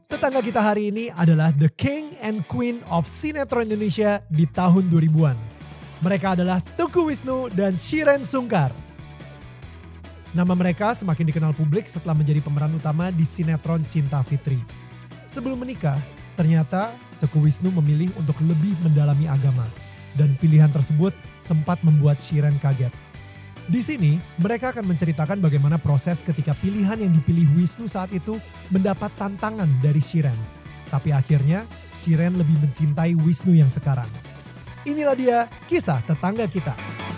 Tetangga kita hari ini adalah the king and queen of sinetron Indonesia di tahun 2000-an. Mereka adalah Teuku Wisnu dan Shireen Sungkar. Nama mereka semakin dikenal publik setelah menjadi pemeran utama di sinetron Cinta Fitri. Sebelum menikah, ternyata Teuku Wisnu memilih untuk lebih mendalami agama. Dan pilihan tersebut sempat membuat Shireen kaget. Di sini, mereka akan menceritakan bagaimana proses ketika pilihan yang dipilih Wisnu saat itu mendapat tantangan dari Shireen. Tapi akhirnya, Shireen lebih mencintai Wisnu yang sekarang. Inilah dia kisah tetangga kita.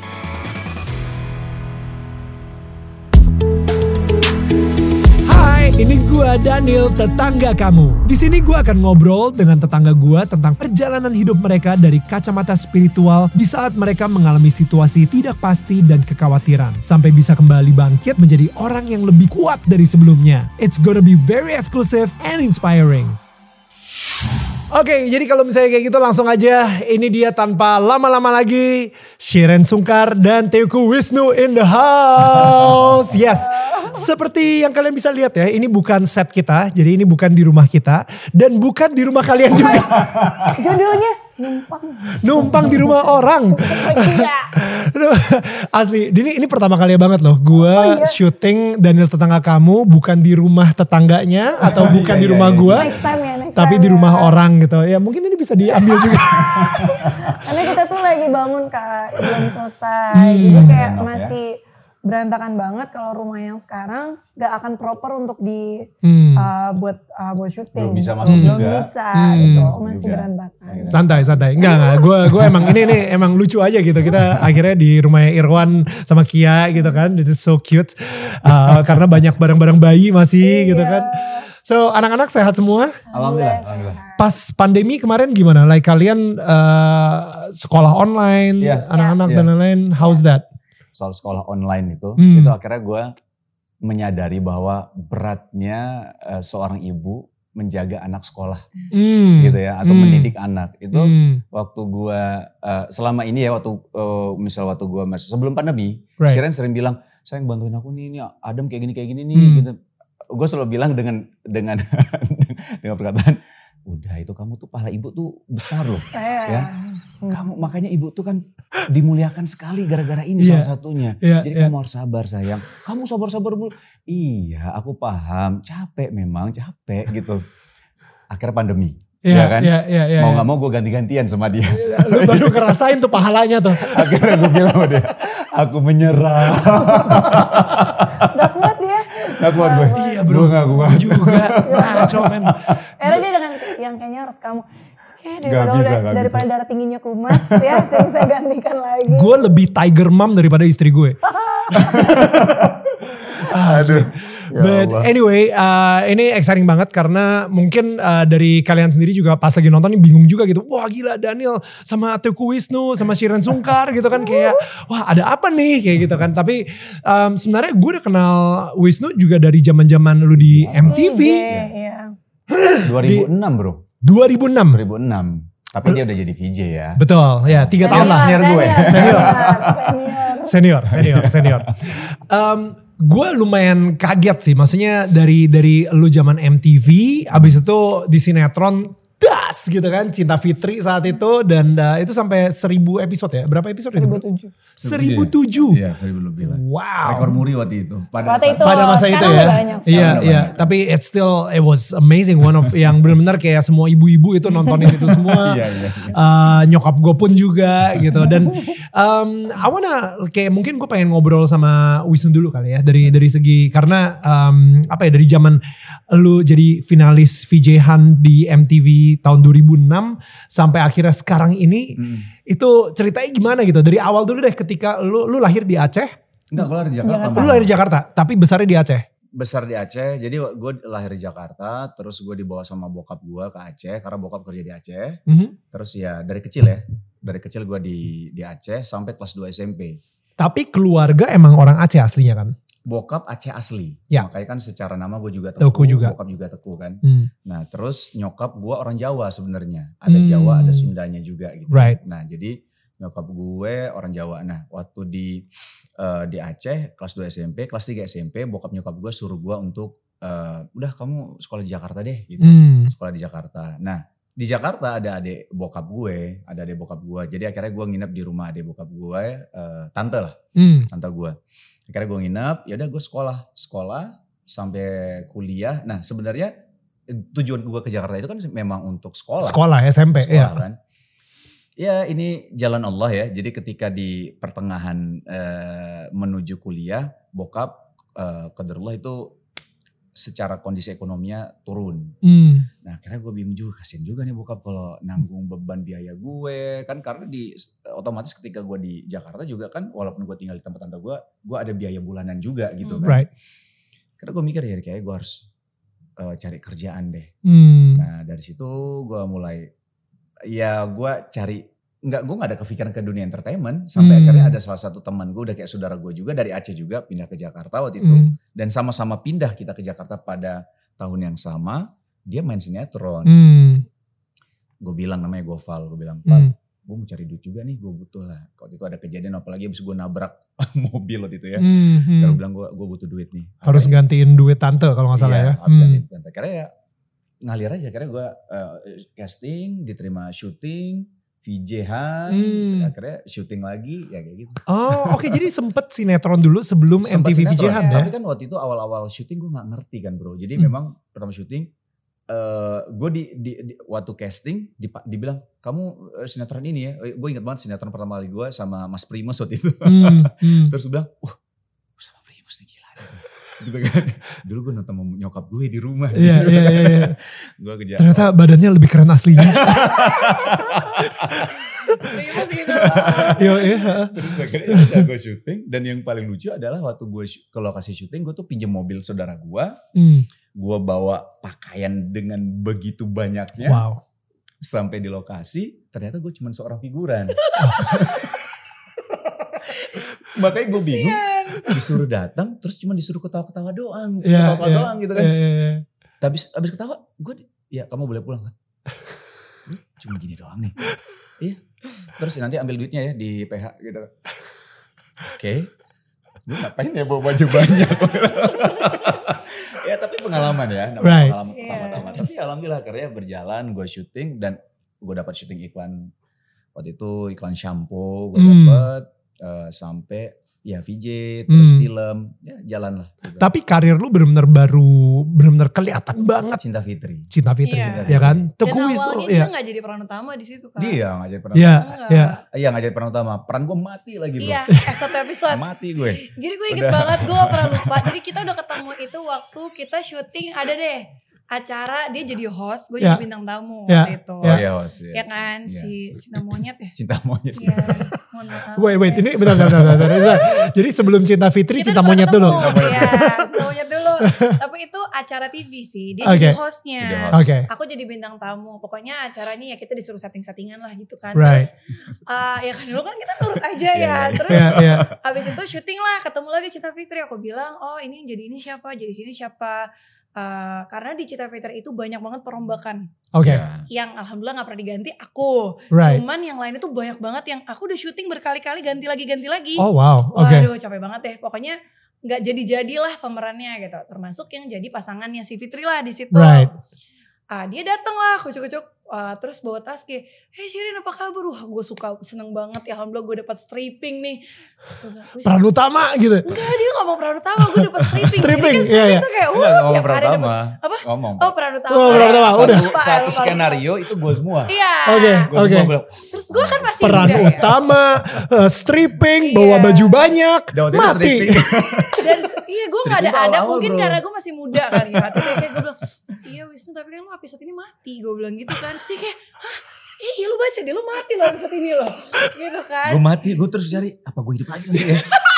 Hai, ini gua Daniel, tetangga kamu. Di sini gua akan ngobrol dengan tetangga gua tentang perjalanan hidup mereka dari kacamata spiritual di saat mereka mengalami situasi tidak pasti dan kekhawatiran sampai bisa kembali bangkit menjadi orang yang lebih kuat dari sebelumnya. It's gonna be very exclusive and inspiring. Oke, jadi kalau misalnya kayak gitu langsung aja, ini dia tanpa lama-lama lagi, Shireen Sungkar dan Teuku Wisnu in the house. Yes, seperti yang kalian bisa lihat ya, ini bukan set kita, jadi ini bukan di rumah kita, dan bukan di rumah kalian juga. Judulnya Numpang di rumah orang. Asli, ini pertama kali banget loh. Gue syuting Daniel tetangga kamu bukan di rumah tetangganya atau bukan di rumah gue, tapi di rumah orang gitu. Ya mungkin ini bisa diambil juga. Karena kita tuh lagi bangun Kak, belum selesai. Jadi kayak masih berantakan banget kalau rumah yang sekarang gak akan proper untuk buat syuting. Belum bisa masuk belum juga. Bisa gitu, masih juga. berantakan. Santai. Enggak. Gue emang ini emang lucu aja gitu. Kita akhirnya di rumahnya Irwan sama Kia gitu kan. Itu so cute. Karena banyak barang-barang bayi masih gitu kan. So anak-anak sehat semua? Alhamdulillah. Pas pandemi kemarin gimana? Like kalian sekolah online, anak-anak dan lain-lain. How's that? Soal sekolah online itu akhirnya gue menyadari bahwa beratnya seorang ibu menjaga anak sekolah gitu ya, atau mendidik anak itu. Waktu gue selama ini ya, waktu gue sebelum pandemi, Shireen sering bilang, sayang bantuin aku nih, ini Adam kayak gini nih gitu. Gue selalu bilang dengan perkataan, udah itu kamu tuh pahala ibu tuh besar loh ya. Kamu makanya ibu tuh kan dimuliakan sekali gara-gara ini salah satunya. Jadi kamu harus sabar sayang. Kamu sabar-sabar dulu. Iya aku paham, capek gitu. Akhirnya pandemi. Ya kan? Mau gak mau gue ganti-gantian sama dia. Lu baru ngerasain tuh pahalanya tuh. Akhirnya gue bilang sama dia, aku menyerah. Gak kuat dia. Gak kuat gue. Iya bro, gak kuat. juga. Nah, men. Akhirnya dia dengan yang kayaknya harus kamu. Gak daripada darah tingginya kumat ya, saya gantikan lagi. Gue lebih tiger mom daripada istri gue. Aduh. But anyway, ini exciting banget karena mungkin dari kalian sendiri juga pas lagi nonton ini bingung juga gitu. Wah gila Daniel sama Teuku Wisnu sama Shireen Sungkar gitu kan, kayak wah ada apa nih kayak gitu kan. Tapi sebenarnya gue udah kenal Wisnu juga dari zaman-zaman lu di MTV. Iya. 2006 bro. 2006. Tapi dia udah jadi VJ ya. Betul, ya 3 tahun lah. Senior gue. Senior. Gue lumayan kaget sih, maksudnya dari lu zaman MTV, abis itu di sinetron das gitu kan, Cinta Fitri saat itu, dan itu sampai 1000 episode ya, berapa episode itu? 1007. Iya 1000 lebih lah. Wow. Rekor muri waktu itu. Pada masa itu ya. Iya. Tapi it was amazing, one of yang benar-benar kayak semua ibu-ibu itu nontonin itu semua. Nyokap gue pun juga gitu. Dan I wanna kayak mungkin gue pengen ngobrol sama Wisnu dulu kali ya, dari segi karena dari zaman lu jadi finalis VJ Han di MTV tahun 2006 sampai akhirnya sekarang ini, itu ceritanya gimana gitu? Dari awal dulu deh, ketika lu lahir di Aceh. Enggak, gue lahir di Jakarta. Lu lahir di Jakarta, tapi besarnya di Aceh. Besar di Aceh, jadi gue lahir di Jakarta, terus gue dibawa sama bokap gue ke Aceh, karena bokap kerja di Aceh. Terus ya dari kecil gue di Aceh sampai kelas 2 SMP. Tapi keluarga emang orang Aceh aslinya kan? Bokap Aceh asli, makanya kan secara nama gue juga Teuku juga. Bokap juga Teuku kan. Nah terus nyokap gue orang Jawa sebenarnya, ada Jawa ada Sundanya juga gitu. Right. Nah jadi nyokap gue orang Jawa. Nah waktu di Aceh kelas 2 SMP, kelas 3 SMP bokap nyokap gue suruh gue untuk udah kamu sekolah di Jakarta deh gitu. Sekolah di Jakarta. Nah di Jakarta ada adik bokap gue. Jadi akhirnya gue nginep di rumah adik bokap gue, tante lah, tante gue. Akhirnya gue nginep, ya udah gue sekolah sampai kuliah. Nah sebenarnya tujuan gue ke Jakarta itu kan memang untuk sekolah. Sekolah SMP ya. Kan. Ya ini jalan Allah ya. Jadi ketika di pertengahan menuju kuliah, bokap qadarullah itu secara kondisi ekonominya turun. Nah akhirnya gue bingung juga, kasian juga nih bokap kalau nanggung beban biaya gue. Kan karena otomatis ketika gue di Jakarta juga kan, walaupun gue tinggal di tempat tante gue ada biaya bulanan juga gitu kan. Right. Karena gue mikir ya kayaknya gue harus cari kerjaan deh. Nah dari situ gue mulai, ya gue gak ada kepikiran ke dunia entertainment. Sampai akhirnya ada salah satu teman gue, udah kayak saudara gue juga dari Aceh juga, pindah ke Jakarta waktu itu. Dan sama-sama pindah kita ke Jakarta pada tahun yang sama. Dia main sinetron. Gue bilang, namanya Gofal, gue bilang, Pak, gue mau cari duit juga nih, gue butuh lah. Waktu itu ada kejadian, apalagi abis gue nabrak mobil waktu itu ya. Gue bilang gue butuh duit nih. Harus gantiin duit tante kalau gak salah ya. Harus gantiin tante. Karena ya ngalir aja, karena gue casting, diterima syuting, VJ-han, akhirnya syuting lagi, ya kayak gitu. Oh oke, jadi sempet sinetron dulu sebelum MTV VJ-han ya? Tapi kan waktu itu awal-awal syuting gue gak ngerti kan bro. Jadi memang pertama syuting, gue waktu casting dibilang, kamu sinetron ini ya. Gue ingat banget sinetron pertama kali gue sama Mas Primus waktu itu. Terus gue bilang, sama Primus nih gila. Gitu kan. Dulu gue nonton nyokap gue di rumah. Iya. Gue kejar. Ternyata badannya lebih keren aslinya. Terus akhirnya gue syuting. Dan yang paling lucu adalah waktu gue ke lokasi syuting, gue tuh pinjam mobil saudara gue. Gue bawa pakaian dengan begitu banyaknya. Wow. Sampai di lokasi, ternyata gue cuma seorang figuran. Makanya gue bingung, disuruh datang, terus cuma disuruh ketawa-ketawa doang, ketawa-ketawa doang gitu kan. Habis ketawa, ya kamu boleh pulang kan. Cuma gini doang nih. Iya. Terus nanti ambil duitnya ya di PH gitu. Oke. Gue ngapain ya bawa baju banyak. Ya tapi pengalaman ya. Pengalaman pertama-tama. Tapi alhamdulillah akhirnya berjalan, gue syuting dan gue dapat syuting iklan. Waktu itu iklan shampoo gue dapet. Sampai ya VJ, terus film, ya jalan lah. Gitu. Tapi karir lu benar-benar kelihatan banget. Cinta Fitri, ya kan? Teguh Wisnu. Dan awalnya dia gak jadi peran utama di situ kan? Dia gak jadi peran utama. Iya gak jadi peran utama. Peran gue mati lagi bro. Iya, satu episode. Mati gue. Jadi gue inget banget, gue gak pernah lupa. Jadi kita udah ketemu itu waktu kita syuting ada deh. Acara dia jadi host, gue jadi bintang tamu waktu itu. Oh iya host. Ya kan, si Cinta Monyet ya? Cinta Monyet. Iya, mohon maaf. Wait, ini bentar. Jadi sebelum Cinta Fitri, Cinta Monyet dulu. Iya, Cinta Monyet dulu. Tapi itu acara TV sih, dia jadi hostnya. Aku jadi bintang tamu. Pokoknya acara ini ya kita disuruh setting-settingan lah gitu kan. Right. Terus ya kan dulu kan kita nurut aja ya. Terus abis itu syuting lah, ketemu lagi Cinta Fitri. Aku bilang, oh ini jadi ini siapa, jadi sini siapa. Karena di Cinta Fitri itu banyak banget perombakan. Yang alhamdulillah gak pernah diganti aku. Cuman yang lain itu banyak banget yang aku udah syuting berkali-kali ganti lagi. Oh wow. Waduh capek banget deh. Pokoknya gak jadi-jadilah pemerannya gitu. Termasuk yang jadi pasangannya si Fitri lah di situ. Dia datang lah kucuk-kucuk. Terus bawa tas kayak, hey Shirin apa kabar? Wah gue seneng banget ya, alhamdulillah gue dapat stripping nih. Peran utama gitu? Enggak, dia gak mau peran utama, gue dapat stripping. Stripping, jadi kan itu kayak, tiap hari dapet. Apa? Ngomong. Oh peran utama. Udah. Satu skenario itu gue semua. Iya. Oke. Terus gue kan masih peran muda utama, stripping, bawa baju banyak, mati. Dan iya gue gak ada mungkin karena gue masih muda kali ya. Tapi kayak gue bilang, iya Wisnu tapi kan lo episode ini mati. Gue bilang gitu kan. Sih kayak, iya lu baca deh, lu mati loh episode ini loh. Gitu kan. Gue mati, gue terus cari, apa gue hidup lagi nanti ya.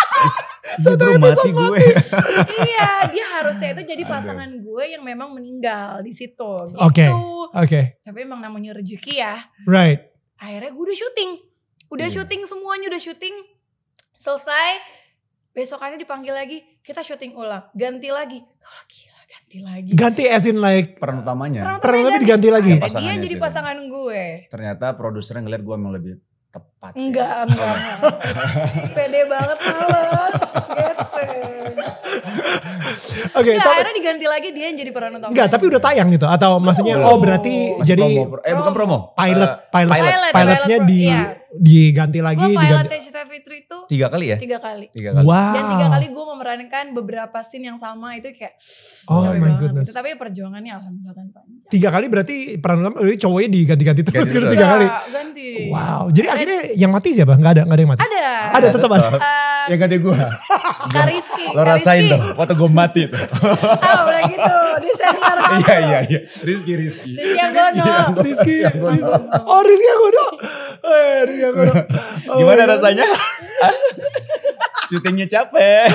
Satu mati gue. Iya, dia harusnya itu jadi pasangan gue yang memang meninggal di situ. Gitu. Oke. Tapi emang namanya rezeki ya. Right. Akhirnya gue udah syuting. Syuting semuanya, udah syuting. Selesai. Besokannya dipanggil lagi, kita syuting ulang. Ganti lagi. Oh gila, ganti lagi. Ganti as in like peran utamanya. Peran utamanya diganti lagi. Dia jadi pasangan gue. Ternyata produsernya ngeliat gue emang lebih tepat. Enggak. Pede banget males. Gitu. Oke, akhirnya diganti lagi dia yang jadi peran utama. Enggak, tapi udah tayang gitu atau maksudnya berarti Masih jadi bukan promo. pilotnya iya. diganti lagi. Gue pilotnya Cinta Fitri itu 3 kali ya? 3 kali. Wow. Dan 3 kali gue memerankan beberapa scene yang sama itu kayak Oh capek my banget goodness. gitu. Tapi perjuangannya alhamdulillah kan panjang. 3 kali berarti peran utama cowoknya diganti-ganti terus gitu 3 Iya, kali. ganti. Wow. Jadi akhirnya yang mati siapa? Enggak ada yang mati. Ada tetap ada. Yang ganti gue. Kak Rizky. Lo rasain tuh waktu gue mati tuh. Oh udah gitu. Di senior kamu. Iya. Rizky. Rizky Anggono. Rizky Anggono. Oh Rizky Anggono. Rizky Anggono. Gimana rasanya? Syutingnya capek.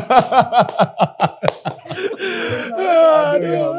Aduh.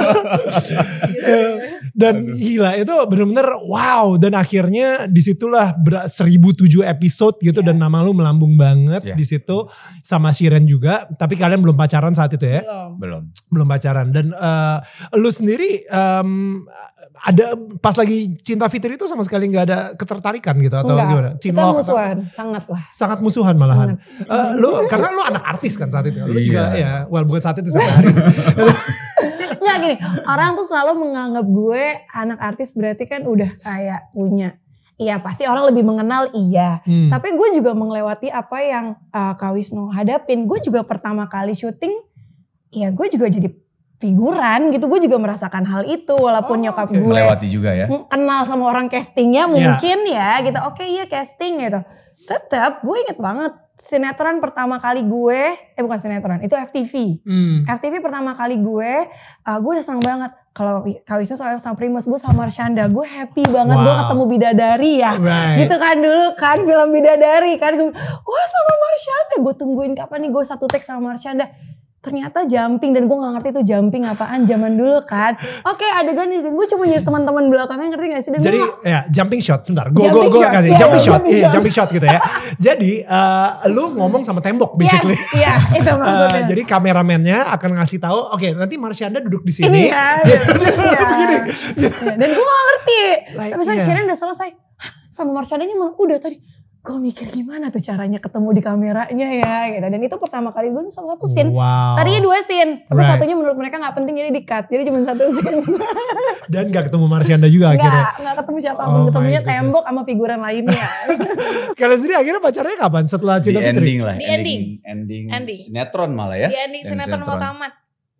Dan gila itu bener-bener wow. Dan akhirnya disitulah 1007 episode gitu dan nama lu melambung banget di situ sama Shiren juga. Tapi kalian belum pacaran saat itu ya? Belum pacaran. Dan lu sendiri ada pas lagi Cinta Fitri itu sama sekali nggak ada ketertarikan gitu atau gimana? Kita musuhan, sangat lah. Sangat musuhan malahan. Karena lu anak artis kan saat itu. Lu juga ya, bukan saat itu sampai hari ini. Nggak gini, orang tuh selalu menganggap gue anak artis berarti kan udah kayak punya. Iya pasti orang lebih mengenal tapi gue juga melewati apa yang Kak Wisnu hadapin. Gue juga pertama kali syuting, ya gue juga jadi figuran gitu. Gue juga merasakan hal itu walaupun nyokap gue melewati juga ya. Kenal sama orang castingnya mungkin ya gitu. Oke iya casting gitu. Tetap gue inget banget sinetron pertama kali gue, bukan sinetron, itu FTV. FTV pertama kali gue udah senang banget. Kalau Kak Wisnu sama Primus, gue sama Marshanda, gue happy banget gue ketemu Bidadari ya. Gitu kan dulu kan film Bidadari kan. Gue, wah sama Marshanda, gue tungguin kapan nih gue satu take sama Marshanda. Ternyata jumping dan gue gak ngerti itu jumping apaan zaman dulu kan. Oke adegan ini gue cuma nyari teman-teman belakangnya ngerti gak sih. Dan jadi ya jumping shot sebentar. Gue kasih jumping shot gitu ya. Jadi lu ngomong sama tembok basically. Iya itu maksudnya. Jadi kameramennya akan ngasih tahu oke, nanti Marshanda duduk di sini. Ini ya. Begini. Dan gue gak ngerti. Sampai Shiren udah selesai. Sama Marshanda ini udah tadi. Gue mikir gimana tuh caranya ketemu di kameranya ya gitu. Dan itu pertama kali gue sama satu scene. Tadinya 2 scene. Tapi satunya menurut mereka gak penting jadi di cut. Jadi cuma 1 scene. Dan gak ketemu Marshanda juga akhirnya. Gak ketemu siapapun. Ketemunya tembok sama figuran lainnya. Kalian sendiri akhirnya pacarnya kapan? Setelah Cinta Fitri? Ending lah. Di ending sinetron malah ya. Di ending sinetron mau tamat.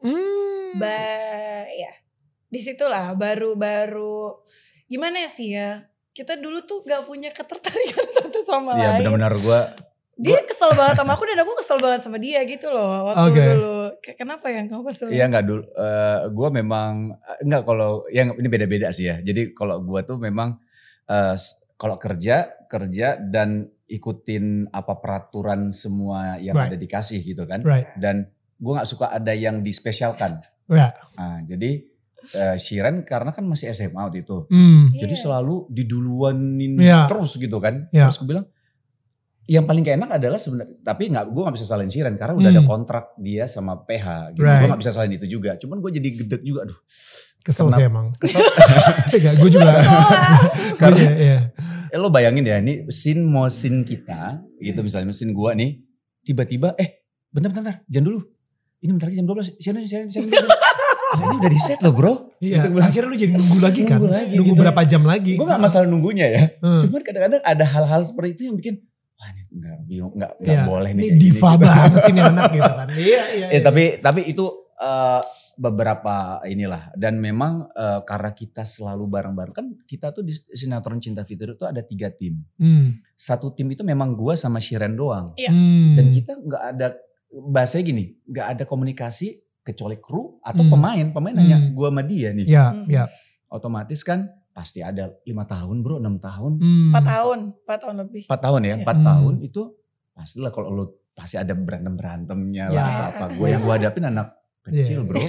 Ya. Disitulah baru gimana sih ya. Kita dulu tuh gak punya ketertarikan satu sama lain. Iya benar-benar dia kesel banget sama aku dan aku kesel banget sama dia gitu loh waktu dulu. Kenapa ya kamu kesel? Iya enggak dulu. Gue memang enggak kalau yang ini beda-beda sih ya. Jadi kalau gue tuh memang kalau kerja dan ikutin apa peraturan semua yang ada dikasih gitu kan. Dan gue nggak suka ada yang dispesialkan. Nah, jadi Shiren karena kan masih SMA waktu itu. Jadi selalu diduluanin terus gitu kan. Terus gue bilang yang paling gak enak adalah sebenarnya, tapi gue gak bisa salahin Shiren karena udah ada kontrak dia sama PH gitu. Gue gak bisa salahin itu juga. Cuman gue jadi gedek juga, aduh. Kesel sih emang. Kesel. Gue juga. Karena lo bayangin ya, ini scene kita gitu misalnya scene gue nih. Tiba-tiba bentar, jangan dulu. Ini bentar lagi jam 12. Shiren. Ini udah di set loh bro. Iya. Gitu, akhirnya lu jadi nunggu lagi kan. Nunggu berapa jam lagi. Gue gak masalah nunggunya ya. Cuman kadang-kadang ada hal-hal seperti itu yang bikin wah ini nggak boleh nih. Ini diva banget sih nih anak gitu kan. Iya. Tapi itu beberapa inilah. Dan memang karena kita selalu bareng-bareng. Kan kita tuh di sinetron Cinta Fitri itu ada 3 tim. Satu tim itu memang gue sama Shiren doang. Dan kita gak ada, bahasanya gini, gak ada komunikasi kecuali kru atau pemain hanya gue sama dia nih. Iya. Otomatis kan pasti ada 5 tahun bro, 6 tahun. 4 tahun lebih. 4 tahun ya, 4 tahun itu pastilah kalau lu pasti ada berantemnya lah atau apa. Gue yang gue hadapin anak kecil bro.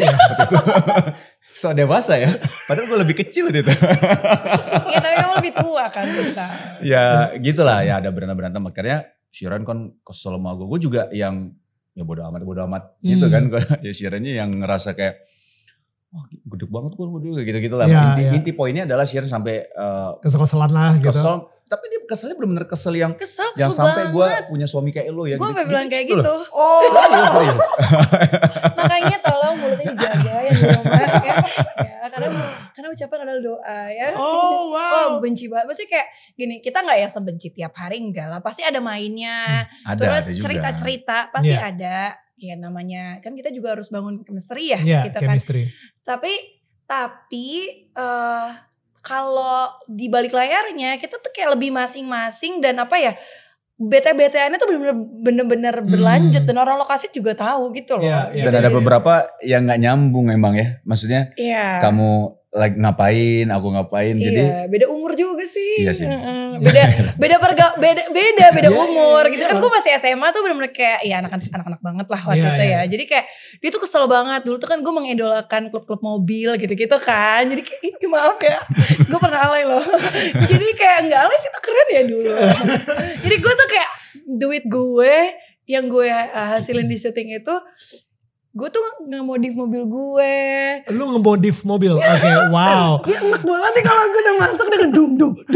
So dewasa ya, padahal gue lebih kecil gitu. Iya tapi kamu lebih tua kan kita. Ya gitulah ya, ada berantem. Akhirnya Shiren kan kesel sama gue juga yang ya bodo amat gitu kan. Ya Shirennya yang ngerasa kayak wah gede banget gue gitu-gitu lah. Inti poinnya adalah Shiren sampai kesel-keselan lah gitu. Kesel, tapi dia keselnya bener-bener kesel yang Kesel sampai gue banget. punya suami kayak lo ya. Gue sampai bilang kayak loh. gitu. Oh serius. Makanya tolong mulutnya dijaga ya di rumah ya. Karena ucapan adalah doa ya. Oh wow. Benci banget. Pasti kayak gini, kita gak ya sebenci tiap hari, enggak lah. Pasti ada mainnya. Ada Terus juga. cerita-cerita pasti ada. Ya namanya kan kita juga harus bangun chemistry ya. Iya, gitu chemistry. kan. Tapi kalau di balik layarnya kita tuh kayak lebih masing-masing dan apa ya, bete-beteannya tuh bener-bener berlanjut dan orang lokasi juga tahu gitu loh. Iya, Dan ada beberapa yang gak nyambung emang ya. Maksudnya kamu like ngapain, aku ngapain. Jadi beda umur juga sih. Iya sih. Beda umur gitu kan. Gue masih SMA tuh bener-bener kayak ya anak-anak banget lah waktu itu ya. Jadi kayak dia tuh kesel banget. Dulu tuh kan gue mengidolakan klub-klub mobil gitu-gitu kan. Jadi kayak maaf ya, gue pernah alay loh. Jadi kayak gak alay sih, itu keren ya dulu. Jadi gue tuh kayak duit gue yang gue hasilin di syuting itu, gue tuh nge-modif mobil gue. Lu nge-modif mobil? Oke, wow. Dia enak banget nih kalau gue udah masuk dengan dung.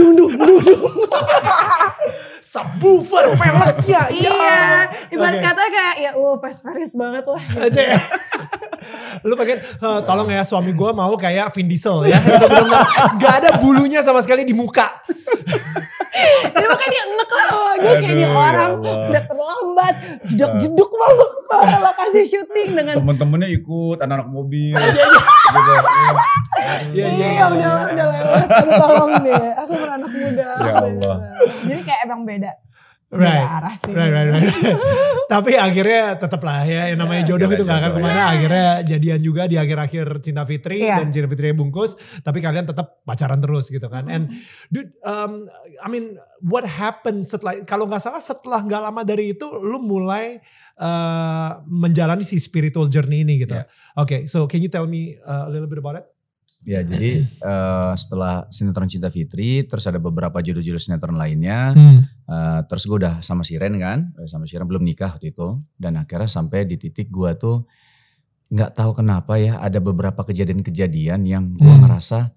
Subwoofer peleknya. Iya, ibarat kata kayak ya Paris banget lah. Aja ya. Lu pengen tolong ya suami gue mau kayak Vin Diesel ya. Gak ada bulunya sama sekali di muka. Jadi makanya dia enak lah. Gue kayak ini orang udah terlambat. Jeduk masuk ke lokasi syuting dengan temen-temennya ikut, anak-anak mobil. Iya udah lewat. Aduh, tolong deh. Aku beranak muda. Ya Allah. Jadi kayak emang beda. Right. Arah sih. Right. Tapi akhirnya tetap lah ya, yang namanya jodoh itu gak akan kemana. Akhirnya jadian juga di akhir-akhir Cinta Fitri dan Cinta Fitri bungkus. Tapi kalian tetap pacaran terus gitu kan. And dude, I mean what happened setelah, kalau gak salah setelah gak lama dari itu lu mulai menjalani si spiritual journey ini gitu. Okay, so can you tell me a little bit about it? Ya jadi setelah sinetron Cinta Fitri, terus ada beberapa judul-judul sinetron lainnya. Terus gue udah sama Shiren kan, belum nikah waktu itu. Dan akhirnya sampai di titik gue tuh gak tahu kenapa ya, ada beberapa kejadian-kejadian yang gue ngerasa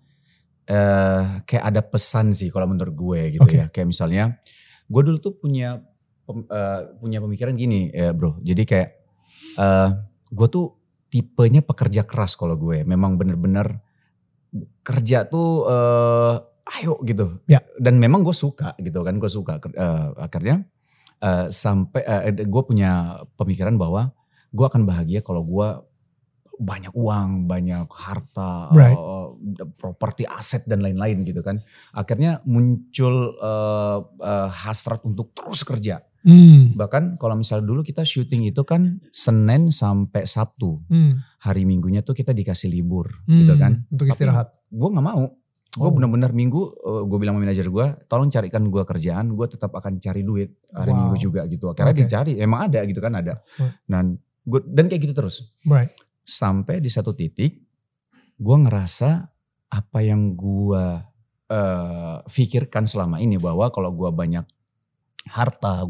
kayak ada pesan sih kalau menurut gue gitu ya. Kayak misalnya gue dulu tuh punya pemikiran gini ya bro. Jadi kayak gue tuh tipenya pekerja keras kalau gue. Memang bener-bener kerja tuh ayo gitu. Dan memang gue suka gitu kan. Gue suka akhirnya sampai gue punya pemikiran bahwa gue akan bahagia kalau gue banyak uang, banyak harta, properti, aset dan lain-lain gitu kan. Akhirnya muncul hasrat untuk terus kerja. Bahkan kalau misalnya dulu kita syuting itu kan Senin sampai Sabtu. Hari Minggunya tuh kita dikasih libur gitu kan. Untuk istirahat. Gue gak mau. Gue benar-benar Minggu, gue bilang sama manajer gue, tolong carikan gue kerjaan, gue tetap akan cari duit hari Minggu juga gitu. Akhirnya dicari, emang ada gitu kan, ada. Dan kayak gitu terus. Sampai di satu titik, gue ngerasa apa yang gue pikirkan selama ini, bahwa kalau gue banyak harta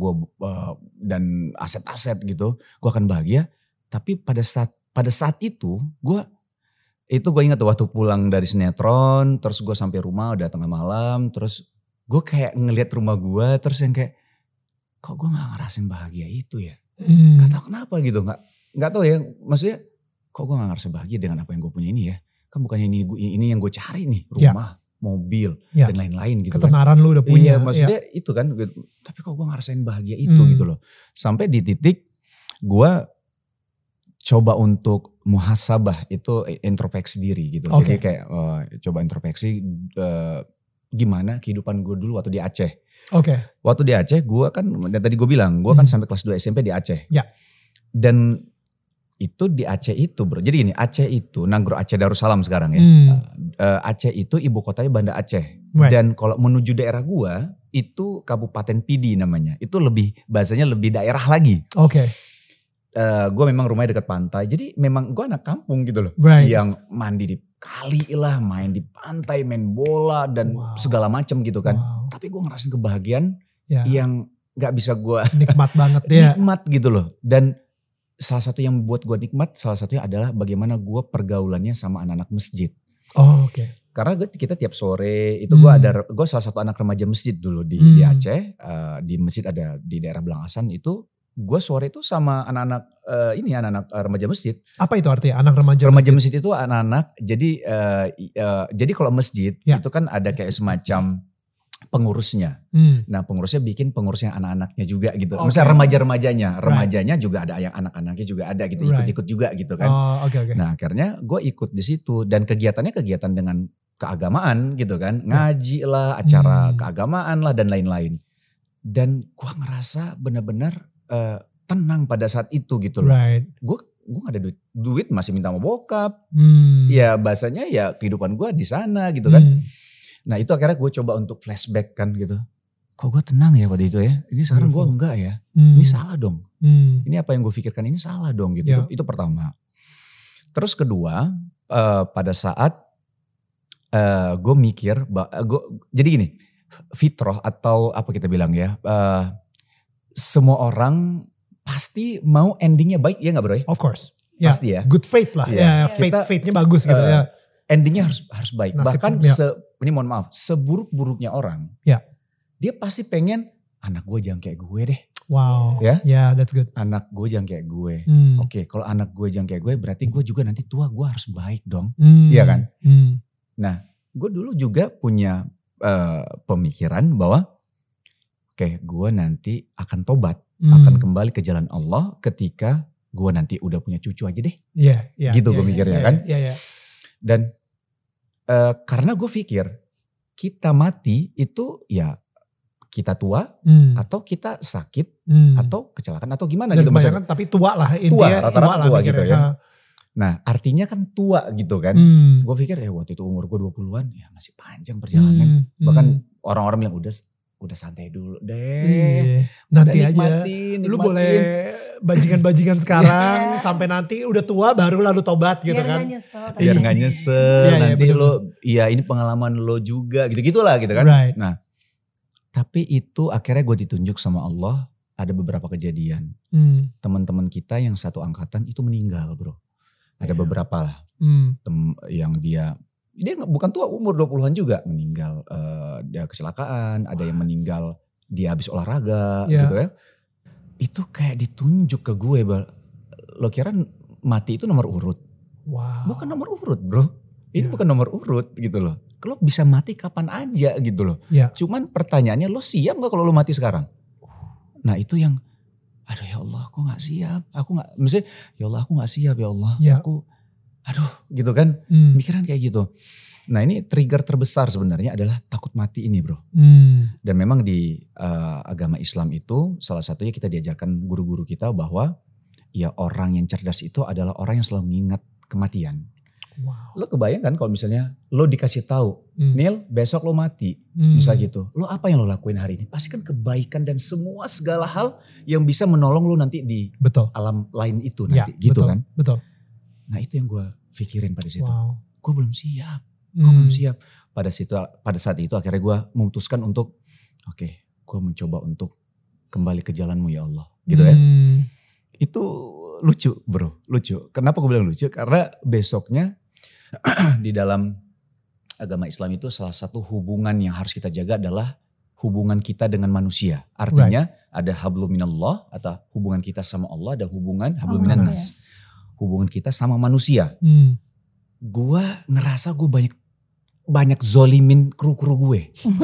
dan aset-aset gitu, gue akan bahagia. Tapi pada saat itu gue ingat tuh waktu pulang dari sinetron, terus gue sampai rumah udah tengah malam, terus gue kayak ngelihat rumah gue, terus yang kayak kok gue nggak ngerasain bahagia itu ya, nggak tahu kenapa gitu, nggak tahu ya, maksudnya kok gue nggak ngerasa bahagia dengan apa yang gue punya ini ya, kan bukannya ini yang gue cari nih, rumah. Mobil dan lain-lain gitu. Ketenaran lu udah punya. Iya maksudnya itu kan. Tapi kok gue ngerasain bahagia itu gitu loh. Sampai di titik gue coba untuk muhasabah, itu introspeksi diri gitu. Jadi kayak coba introspeksi gimana kehidupan gue dulu waktu di Aceh. Waktu di Aceh gue kan, tadi gue bilang gue kan sampai kelas 2 SMP di Aceh. Dan itu di Aceh itu bro. Jadi gini, Aceh itu Nagro Aceh Darussalam sekarang ya. Aceh itu ibu kotanya Banda Aceh. Dan kalau menuju daerah gua itu Kabupaten Pidi namanya. Itu bahasanya lebih daerah lagi. Gua memang rumahnya dekat pantai. Jadi memang gua anak kampung gitu loh. Yang mandi di kali lah, main di pantai, main bola dan segala macam gitu kan. Tapi gua ngerasain kebahagiaan yang gak bisa gua nikmat banget ya. Nikmat gitu loh. Dan salah satu yang buat gue nikmat, salah satunya adalah bagaimana gue pergaulannya sama anak-anak masjid. Karena karena kita tiap sore itu gue salah satu anak remaja masjid dulu di Aceh, di masjid ada di daerah Belangasan itu. Gue sore itu sama anak-anak anak-anak remaja masjid. Apa itu artinya anak remaja masjid itu anak-anak. Jadi kalau masjid itu kan ada kayak semacam pengurusnya. Nah pengurusnya bikin pengurusnya anak-anaknya juga gitu. Misalnya remajanya juga ada yang anak-anaknya juga ada gitu. Ikut-ikut juga gitu kan. Nah akhirnya gue ikut di situ dan kegiatannya kegiatan dengan keagamaan gitu kan. Ngaji lah, acara keagamaan lah dan lain-lain. Dan gue ngerasa benar-benar tenang pada saat itu gitu loh. Gue gak ada duit masih minta sama bokap. Ya bahasanya ya kehidupan gue di sana gitu kan. Nah itu akhirnya gue coba untuk flashback kan gitu. Kok gue tenang ya pada itu ya. Ini sekarang gue enggak ya. Ini salah dong. Ini apa yang gue pikirkan ini salah dong gitu. Itu pertama. Terus kedua pada saat gue mikir. Jadi gini. Fitrah atau apa kita bilang ya. Semua orang pasti mau endingnya baik, ya gak bro? Of course. Pasti ya. Good faith lah. Faith-nya bagus gitu ya. Endingnya harus baik. Nasib, bahkan ini mohon maaf, seburuk-buruknya orang, dia pasti pengen anak gue jangan kayak gue deh. Wow. That's good. Anak gue jangan kayak gue. Oke, kalau anak gue jangan kayak gue, berarti gue juga nanti tua gue harus baik dong. Iya kan? Nah, gue dulu juga punya pemikiran bahwa gue nanti akan tobat, akan kembali ke jalan Allah ketika gue nanti udah punya cucu aja deh. Gitu gue mikirnya kan. Dan karena gue pikir kita mati itu ya kita tua atau kita sakit atau kecelakaan atau gimana dan gitu. Misalnya, tapi tua lah intinya. Rata-rata tua gitu ya. Nah artinya kan tua gitu kan. Gue pikir waktu itu umur gue 20-an ya masih panjang perjalanan. Bahkan orang-orang bilang udah santai dulu deh. Nanti aja. Lu boleh bajingan-bajingan sekarang sampai nanti udah tua baru lalu tobat gitu kan. Biar gak nyesel. Nanti lo, ini pengalaman lo juga gitu-gitulah gitu kan. Nah tapi itu akhirnya gue ditunjuk sama Allah ada beberapa kejadian. Teman-teman kita yang satu angkatan itu meninggal bro. Ada beberapa lah yang dia bukan tua, umur 20-an juga meninggal. Dia kecelakaan, ada yang meninggal dia habis olahraga gitu ya. Itu kayak ditunjuk ke gue, lo kira mati itu nomor urut? Wow. Bukan nomor urut bro, ini bukan nomor urut gitu loh. Lo bisa mati kapan aja gitu loh. Cuman pertanyaannya lo siap gak kalau lo mati sekarang? Nah itu yang, aduh ya Allah aku gak siap. Maksudnya ya Allah aku gak siap ya Allah. Aku aduh gitu kan, mikiran kayak gitu. Nah ini trigger terbesar sebenarnya adalah takut mati ini bro. Dan memang di agama Islam itu salah satunya kita diajarkan guru-guru kita bahwa ya orang yang cerdas itu adalah orang yang selalu mengingat kematian. Wow. Lo kebayang kan kalau misalnya lo dikasih tahu, Neil besok lo mati, misalnya gitu. Lo apa yang lo lakuin hari ini? Pasti kan kebaikan dan semua segala hal yang bisa menolong lo nanti di alam lain itu nanti gitu kan. Betul. Nah itu yang gue pikirin pada situ. Gue belum siap. Pada saat itu akhirnya gue memutuskan untuk gue mencoba untuk kembali ke jalanmu ya Allah. Gitu ya. Itu lucu bro, lucu. Kenapa gue bilang lucu? Karena besoknya di dalam agama Islam itu salah satu hubungan yang harus kita jaga adalah hubungan kita dengan manusia. Artinya ada hablum minallah atau hubungan kita sama Allah, ada hubungan hablum minannas. Hubungan kita sama manusia. Gue ngerasa gue banyak zolimin kru-kru gue.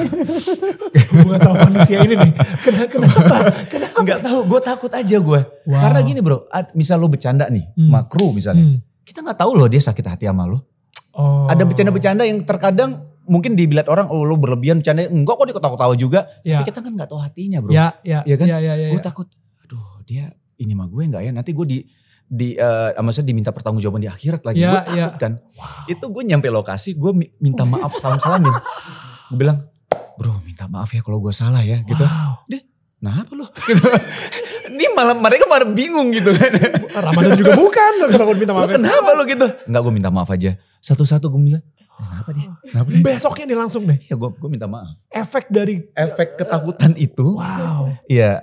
Hubungan sama manusia ini nih. Kenapa? Enggak tahu, gue takut aja gue. Karena gini bro, misal lo bercanda nih, sama kru misalnya. Kita gak tahu loh dia sakit hati sama lo. Ada bercanda-bercanda yang terkadang mungkin dibilat orang, lo berlebihan bercanda. Enggak kok dia ketawa-tawa juga. Tapi kita kan gak tahu hatinya bro. Iya kan? Gue takut, aduh dia ini sama gue gak ya. Nanti gue maksudnya diminta pertanggungjawaban di akhirat lagi. Gue takut kan. Itu gue nyampe lokasi, gue minta maaf salam-salamin. Gue bilang, bro minta maaf ya kalau gue salah ya gitu. Dia, nah apa lo? Gitu. Ini mereka malah bingung gitu kan. Ramadan juga bukan. Kalau minta maaf kenapa lo gitu? Enggak, gue minta maaf aja. Satu-satu gue bilang, kenapa dia? Besoknya nih langsung deh. Ya gue minta maaf. Efek ketakutan itu. Iya.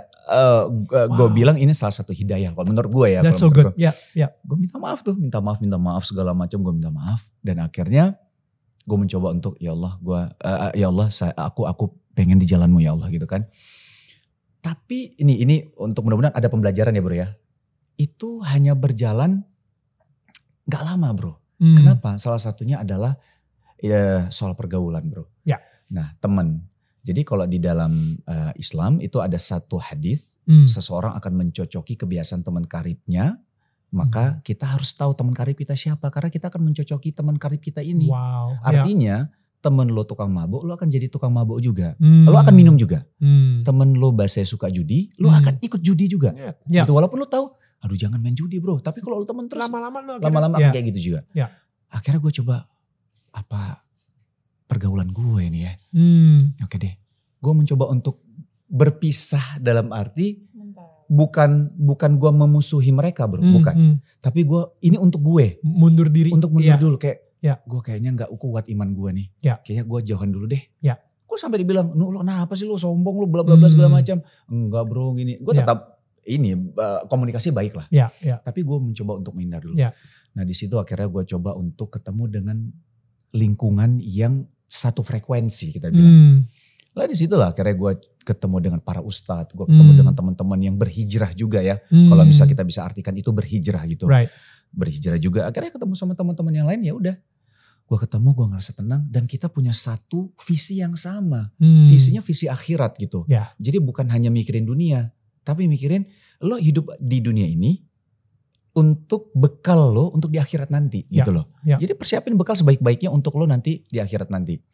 Gue bilang ini salah satu hidayah kalau menurut gue ya. That's so good. Gue minta maaf segala macam, gue minta maaf dan akhirnya Gue mencoba untuk ya Allah, aku pengen di jalanmu ya Allah gitu kan. Tapi ini untuk mudah-mudahan ada pembelajaran ya bro ya. Itu hanya berjalan gak lama bro. Kenapa? Salah satunya adalah ya, soal pergaulan bro. Ya. Nah teman. Jadi kalau di dalam Islam itu ada satu hadis, seseorang akan mencocoki kebiasaan teman karibnya. Maka kita harus tahu teman karib kita siapa. Karena kita akan mencocoki teman karib kita ini. Wow. Artinya temen lo tukang mabuk, lo akan jadi tukang mabuk juga. Lo akan minum juga. Temen lo bahasa suka judi, lo akan ikut judi juga. Gitu, walaupun lo tahu, aduh jangan main judi bro. Tapi kalau lo temen terus, lama-lama akan kayak gitu juga. Akhirnya gue coba, apa pergaulan gue ini ya. Oke deh, gue mencoba untuk berpisah dalam arti, bukan gue memusuhi mereka bro, bukan. Tapi gue, ini untuk gue. Mundur diri. Untuk mundur dulu kayak, gue kayaknya gak kuat iman gue nih. Kayaknya gue jauhan dulu deh. Gue sampai dibilang, lo kenapa sih lo sombong, lo bla bla bla segala macam. Enggak bro gini. Gue tetap komunikasi baik lah. Tapi gue mencoba untuk menghindar dulu. Nah di situ akhirnya gue coba untuk ketemu dengan lingkungan yang satu frekuensi kita bilang. Lah di situ lah akhirnya gue ketemu dengan para ustadz. Gue ketemu dengan teman-teman yang berhijrah juga ya. Kalau misal kita bisa artikan itu berhijrah gitu. Berhijrah juga. Akhirnya ketemu sama teman-teman yang lain, ya udah. Gue ketemu, gue ngerasa tenang, dan kita punya satu visi yang sama. Visinya visi akhirat gitu. Jadi bukan hanya mikirin dunia, tapi mikirin lo hidup di dunia ini untuk bekal lo untuk di akhirat nanti gitu loh. Jadi persiapin bekal sebaik-baiknya untuk lo nanti di akhirat nanti.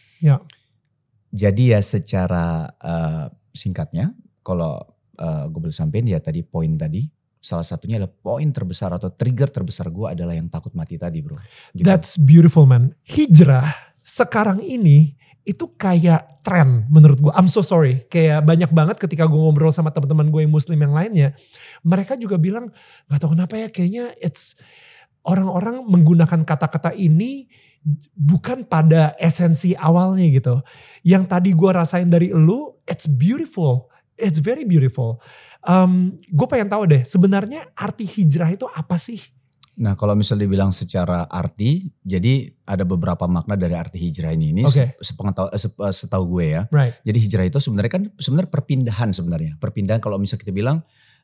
Jadi ya secara singkatnya, kalau gue boleh sampein ya tadi poin tadi. Salah satunya adalah poin terbesar atau trigger terbesar gue adalah yang takut mati tadi bro. Gitu. That's beautiful man. Hijrah sekarang ini itu kayak tren menurut gue. I'm so sorry. Kayak banyak banget ketika gue ngobrol sama teman-teman gue yang muslim yang lainnya. Mereka juga bilang gak tahu kenapa ya kayaknya orang-orang menggunakan kata-kata ini bukan pada esensi awalnya gitu. Yang tadi gue rasain dari elu, it's beautiful. It's very beautiful. Gue pengen tahu deh sebenarnya arti hijrah itu apa sih? Nah kalau misalnya dibilang secara arti, jadi ada beberapa makna dari arti hijrah ini. Setahu gue ya. Jadi hijrah itu sebenarnya perpindahan sebenarnya. Perpindahan kalau misalnya kita bilang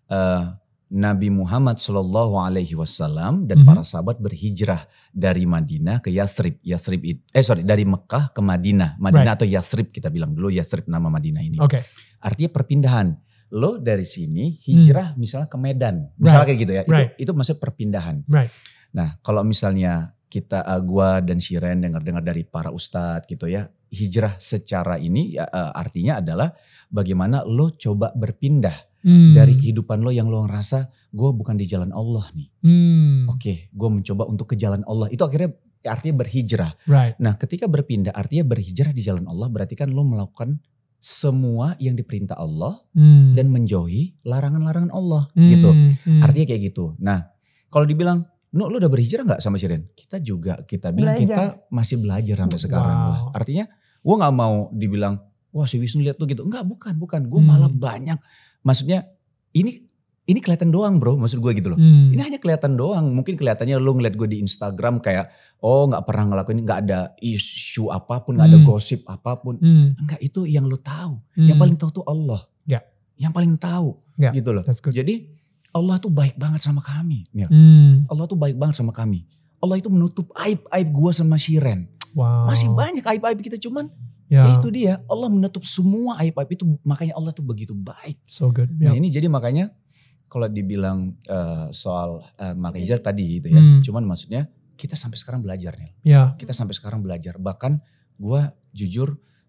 Nabi Muhammad SAW dan para sahabat berhijrah dari Madinah ke Yathrib. Dari Mekah ke Madinah. Atau Yathrib kita bilang dulu, Yathrib nama Madinah ini. Artinya perpindahan. Lo dari sini hijrah misalnya ke Medan. Misalnya kayak gitu ya. Itu maksudnya perpindahan. Nah kalau misalnya gua dan Shiren dengar-dengar dari para ustadz gitu ya. Hijrah secara ini artinya adalah bagaimana lo coba berpindah. Dari kehidupan lo yang lo ngerasa gue bukan di jalan Allah nih. Oke, gue mencoba untuk ke jalan Allah. Itu akhirnya artinya berhijrah. Nah ketika berpindah artinya berhijrah di jalan Allah berarti kan lo melakukan semua yang diperintah Allah dan menjauhi larangan-larangan Allah gitu. Artinya kayak gitu. Nah kalau dibilang, lo udah berhijrah gak sama Shiren? Kita bilang kita masih belajar sampai sekarang lah. Artinya gue gak mau dibilang, wah si Wisnu lihat tuh gitu. Enggak, bukan. Gue malah banyak. Maksudnya ini kelihatan doang bro, maksud gue gitu loh. Ini hanya kelihatan doang. Mungkin kelihatannya lo ngeliat gue di Instagram kayak, gak pernah ngelakuin, gak ada isu apapun, gak ada gosip apapun. Enggak, itu yang lo tahu. Yang paling tahu tuh Allah. Yang paling tahu gitu loh. Jadi Allah tuh baik banget sama kami. Allah tuh baik banget sama kami. Allah itu menutup aib-aib gue sama Shiren. Masih banyak aib-aib kita cuman. Ya itu dia, Allah menutup semua aib-aib itu, makanya Allah tuh begitu baik. So good. Nah ini jadi makanya kalau dibilang soal makna hijrah tadi gitu ya, cuman maksudnya kita sampai sekarang belajar nih. Kita sampai sekarang belajar, bahkan gue jujur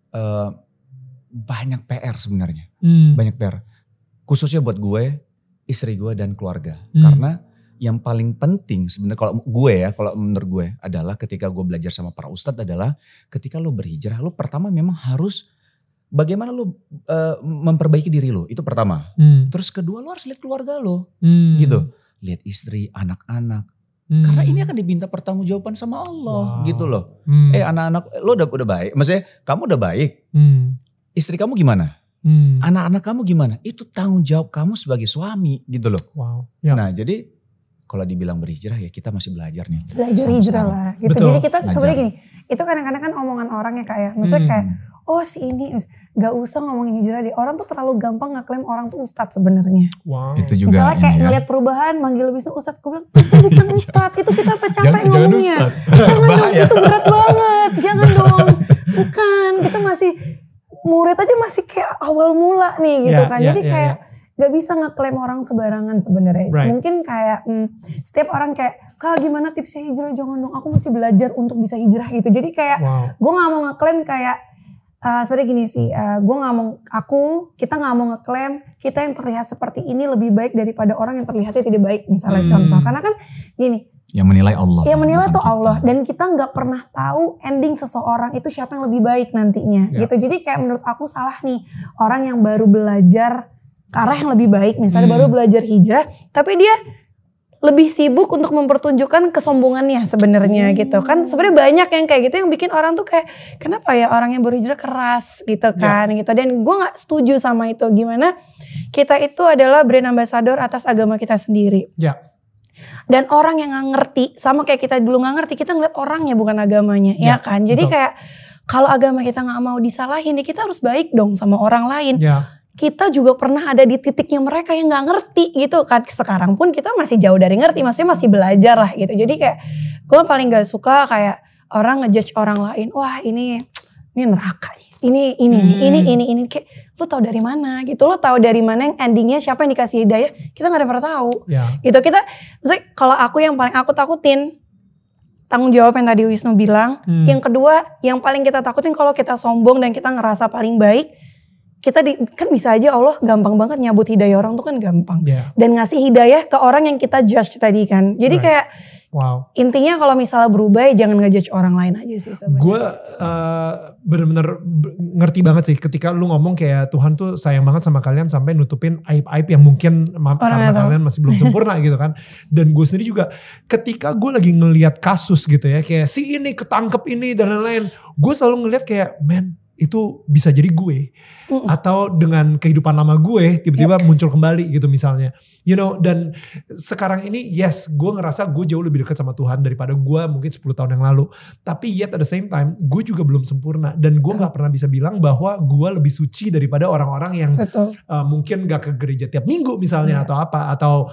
banyak PR sebenarnya, banyak PR. Khususnya buat gue, istri gue dan keluarga, karena yang paling penting sebenarnya kalau menurut gue adalah ketika gue belajar sama para ustadz adalah ketika lo berhijrah, lo pertama memang harus bagaimana lo memperbaiki diri lo, itu pertama. Terus kedua lo harus lihat keluarga lo, gitu, lihat istri, anak-anak, karena ini akan diminta pertanggungjawaban sama Allah, gitu loh. Anak-anak lo udah baik, maksudnya kamu udah baik, istri kamu gimana? Anak-anak kamu gimana? Itu tanggung jawab kamu sebagai suami, gitu loh. Nah jadi kalau dibilang berhijrah ya kita masih belajar nih. Belajar hijrah lah gitu. Betul. Jadi kita sebenarnya gini, Itu kadang-kadang kan omongan orang ya Kak ya. Maksudnya kayak, oh si ini gak usah ngomongin hijrah deh. Orang tuh terlalu gampang ngeklaim orang tuh ustadz sebenarnya. Wow. Itu juga misalnya kayak ngeliat perubahan, manggil Wisnu ustadz. Gue bilang, itu bukan ustadz, itu kita capek ngomongnya. Jangan, itu berat banget. Jangan dong. Bukan, kita masih, murid aja masih kayak awal mula nih gitu kan. Jadi kayak gak bisa ngeklaim orang sembarangan sebenarnya. Mungkin kayak setiap orang kayak, Kak gimana tipsnya hijrah? Jangan dong, aku mesti belajar untuk bisa hijrah gitu. Jadi kayak gue gak mau ngeklaim kayak, sebenarnya gini sih, kita gak mau ngeklaim kita yang terlihat seperti ini lebih baik daripada orang yang terlihatnya tidak baik. Misalnya contoh, karena kan gini. Yang menilai Allah. Yang menilai tuh Allah. Dan kita gak pernah tahu ending seseorang itu siapa yang lebih baik nantinya gitu. Jadi kayak menurut aku salah nih, orang yang baru belajar ke arah yang lebih baik. Misalnya baru belajar hijrah, tapi dia lebih sibuk untuk mempertunjukkan kesombongannya sebenarnya gitu kan. Sebenarnya banyak yang kayak gitu yang bikin orang tuh kayak kenapa ya orang yang baru hijrah keras gitu kan gitu. Dan gue gak setuju sama itu. Gimana kita itu adalah brand ambassador atas agama kita sendiri. Dan orang yang gak ngerti sama kayak kita dulu gak ngerti, kita ngeliat orangnya bukan agamanya ya kan. Jadi kayak kalau agama kita gak mau disalahin, kita harus baik dong sama orang lain. Kita juga pernah ada di titiknya mereka yang gak ngerti gitu kan. Sekarang pun kita masih jauh dari ngerti, maksudnya masih belajar lah gitu. Jadi kayak gue paling gak suka kayak orang ngejudge orang lain. Wah ini neraka nih. Ini kayak lu tahu dari mana gitu. Lu tahu dari mana yang endingnya siapa yang dikasih hidayah. Kita gak ada pernah tahu. Gitu kita, maksudnya kalau aku yang paling aku takutin tanggung jawab yang tadi Wisnu bilang. Yang kedua yang paling kita takutin kalau kita sombong dan kita ngerasa paling baik. Kita kan bisa aja Allah gampang banget nyabut hidayah orang tuh kan gampang. Dan ngasih hidayah ke orang yang kita judge tadi kan. Jadi kayak intinya kalau misalnya berubah jangan ngejudge orang lain aja sih sebenarnya. Gue bener-bener ngerti banget sih ketika lu ngomong kayak Tuhan tuh sayang banget sama kalian sampai nutupin aib-aib yang mungkin karena kalian masih belum sempurna gitu kan. Dan gue sendiri juga ketika gue lagi ngelihat kasus gitu ya kayak si ini ketangkep ini dan lain-lain. Gue selalu ngelihat kayak itu bisa jadi gue atau dengan kehidupan lama gue tiba-tiba muncul kembali gitu misalnya, dan sekarang ini gue ngerasa gue jauh lebih dekat sama Tuhan daripada gue mungkin 10 tahun yang lalu, tapi yet at the same time gue juga belum sempurna dan gue nggak pernah bisa bilang bahwa gue lebih suci daripada orang-orang yang mungkin gak ke gereja tiap minggu misalnya atau apa atau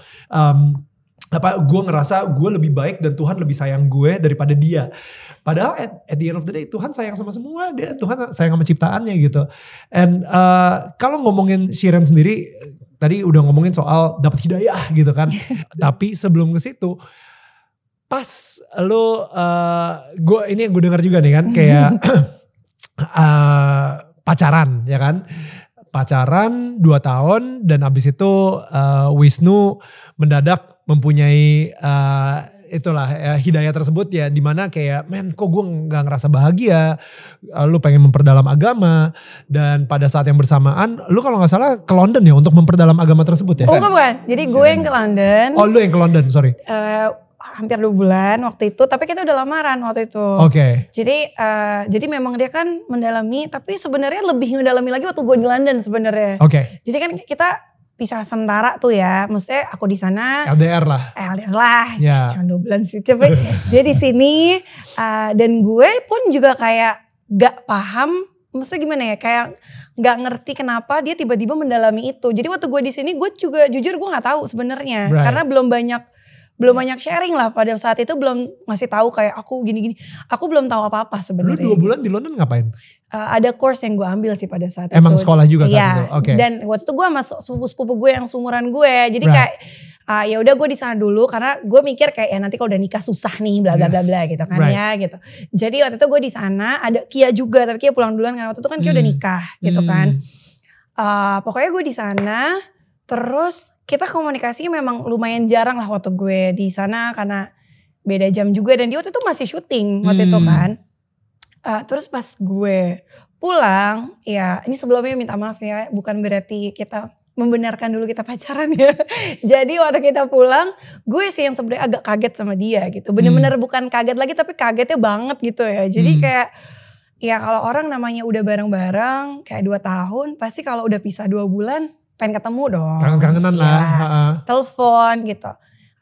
gue ngerasa gue lebih baik dan Tuhan lebih sayang gue daripada dia. Padahal at the end of the day Tuhan sayang sama semua, Tuhan sayang sama ciptaannya gitu. And kalau ngomongin Shiren sendiri, tadi udah ngomongin soal dapat hidayah gitu kan. Tapi sebelum ke situ, pas lo, ini yang gue dengar juga nih kan, kayak pacaran ya kan. Pacaran 2 tahun dan abis itu Wisnu mendadak mempunyai hidayah tersebut ya, dimana kayak kok gue gak ngerasa bahagia, lu pengen memperdalam agama dan pada saat yang bersamaan lu kalau gak salah ke London ya untuk memperdalam agama tersebut ya? Bukan, jadi gue yang ke London. Lu yang ke London, sorry. Hampir 2 bulan waktu itu, tapi kita udah lamaran waktu itu. Jadi memang dia kan mendalami, tapi sebenarnya lebih mendalami lagi waktu gue di London sebenarnya. Jadi kan kita pisah sementara tuh ya, maksudnya aku di sana LDR lah, cuma 2 bulan sih, tapi dia di sini dan gue pun juga kayak gak paham, maksudnya gimana ya, kayak gak ngerti kenapa dia tiba-tiba mendalami itu. Jadi waktu gue di sini gue juga jujur gue nggak tahu sebenarnya, karena belum banyak sharing lah pada saat itu, belum ngasih tahu kayak aku gini-gini. Aku belum tahu apa-apa sebenarnya. Lu 2 bulan di London ngapain? Ada course yang gue ambil sih pada saat itu. Emang sekolah juga saat itu? Dan waktu itu gue sama sepupu gue yang seumuran gue. Jadi kayak ya udah gue di sana dulu karena gue mikir kayak ya nanti kalau udah nikah susah nih bla bla bla bla gitu kan ya gitu. Jadi waktu itu gue di sana, ada Kia juga, tapi Kia pulang duluan karena waktu itu kan Kia udah nikah gitu kan. Pokoknya gue di sana, terus kita komunikasinya memang lumayan jarang lah waktu gue di sana karena beda jam juga, dan dia waktu itu masih syuting waktu itu kan. Terus pas gue pulang, ya ini sebelumnya minta maaf ya, bukan berarti kita membenarkan dulu kita pacaran ya. Jadi waktu kita pulang, gue sih yang sebenarnya agak kaget sama dia gitu. Bener-bener bukan kaget lagi, tapi kagetnya banget gitu ya. Jadi kayak ya kalau orang namanya udah bareng-bareng kayak 2 tahun, pasti kalau udah pisah 2 bulan pengen ketemu dong. Kangen-kangenan lah. Telepon gitu.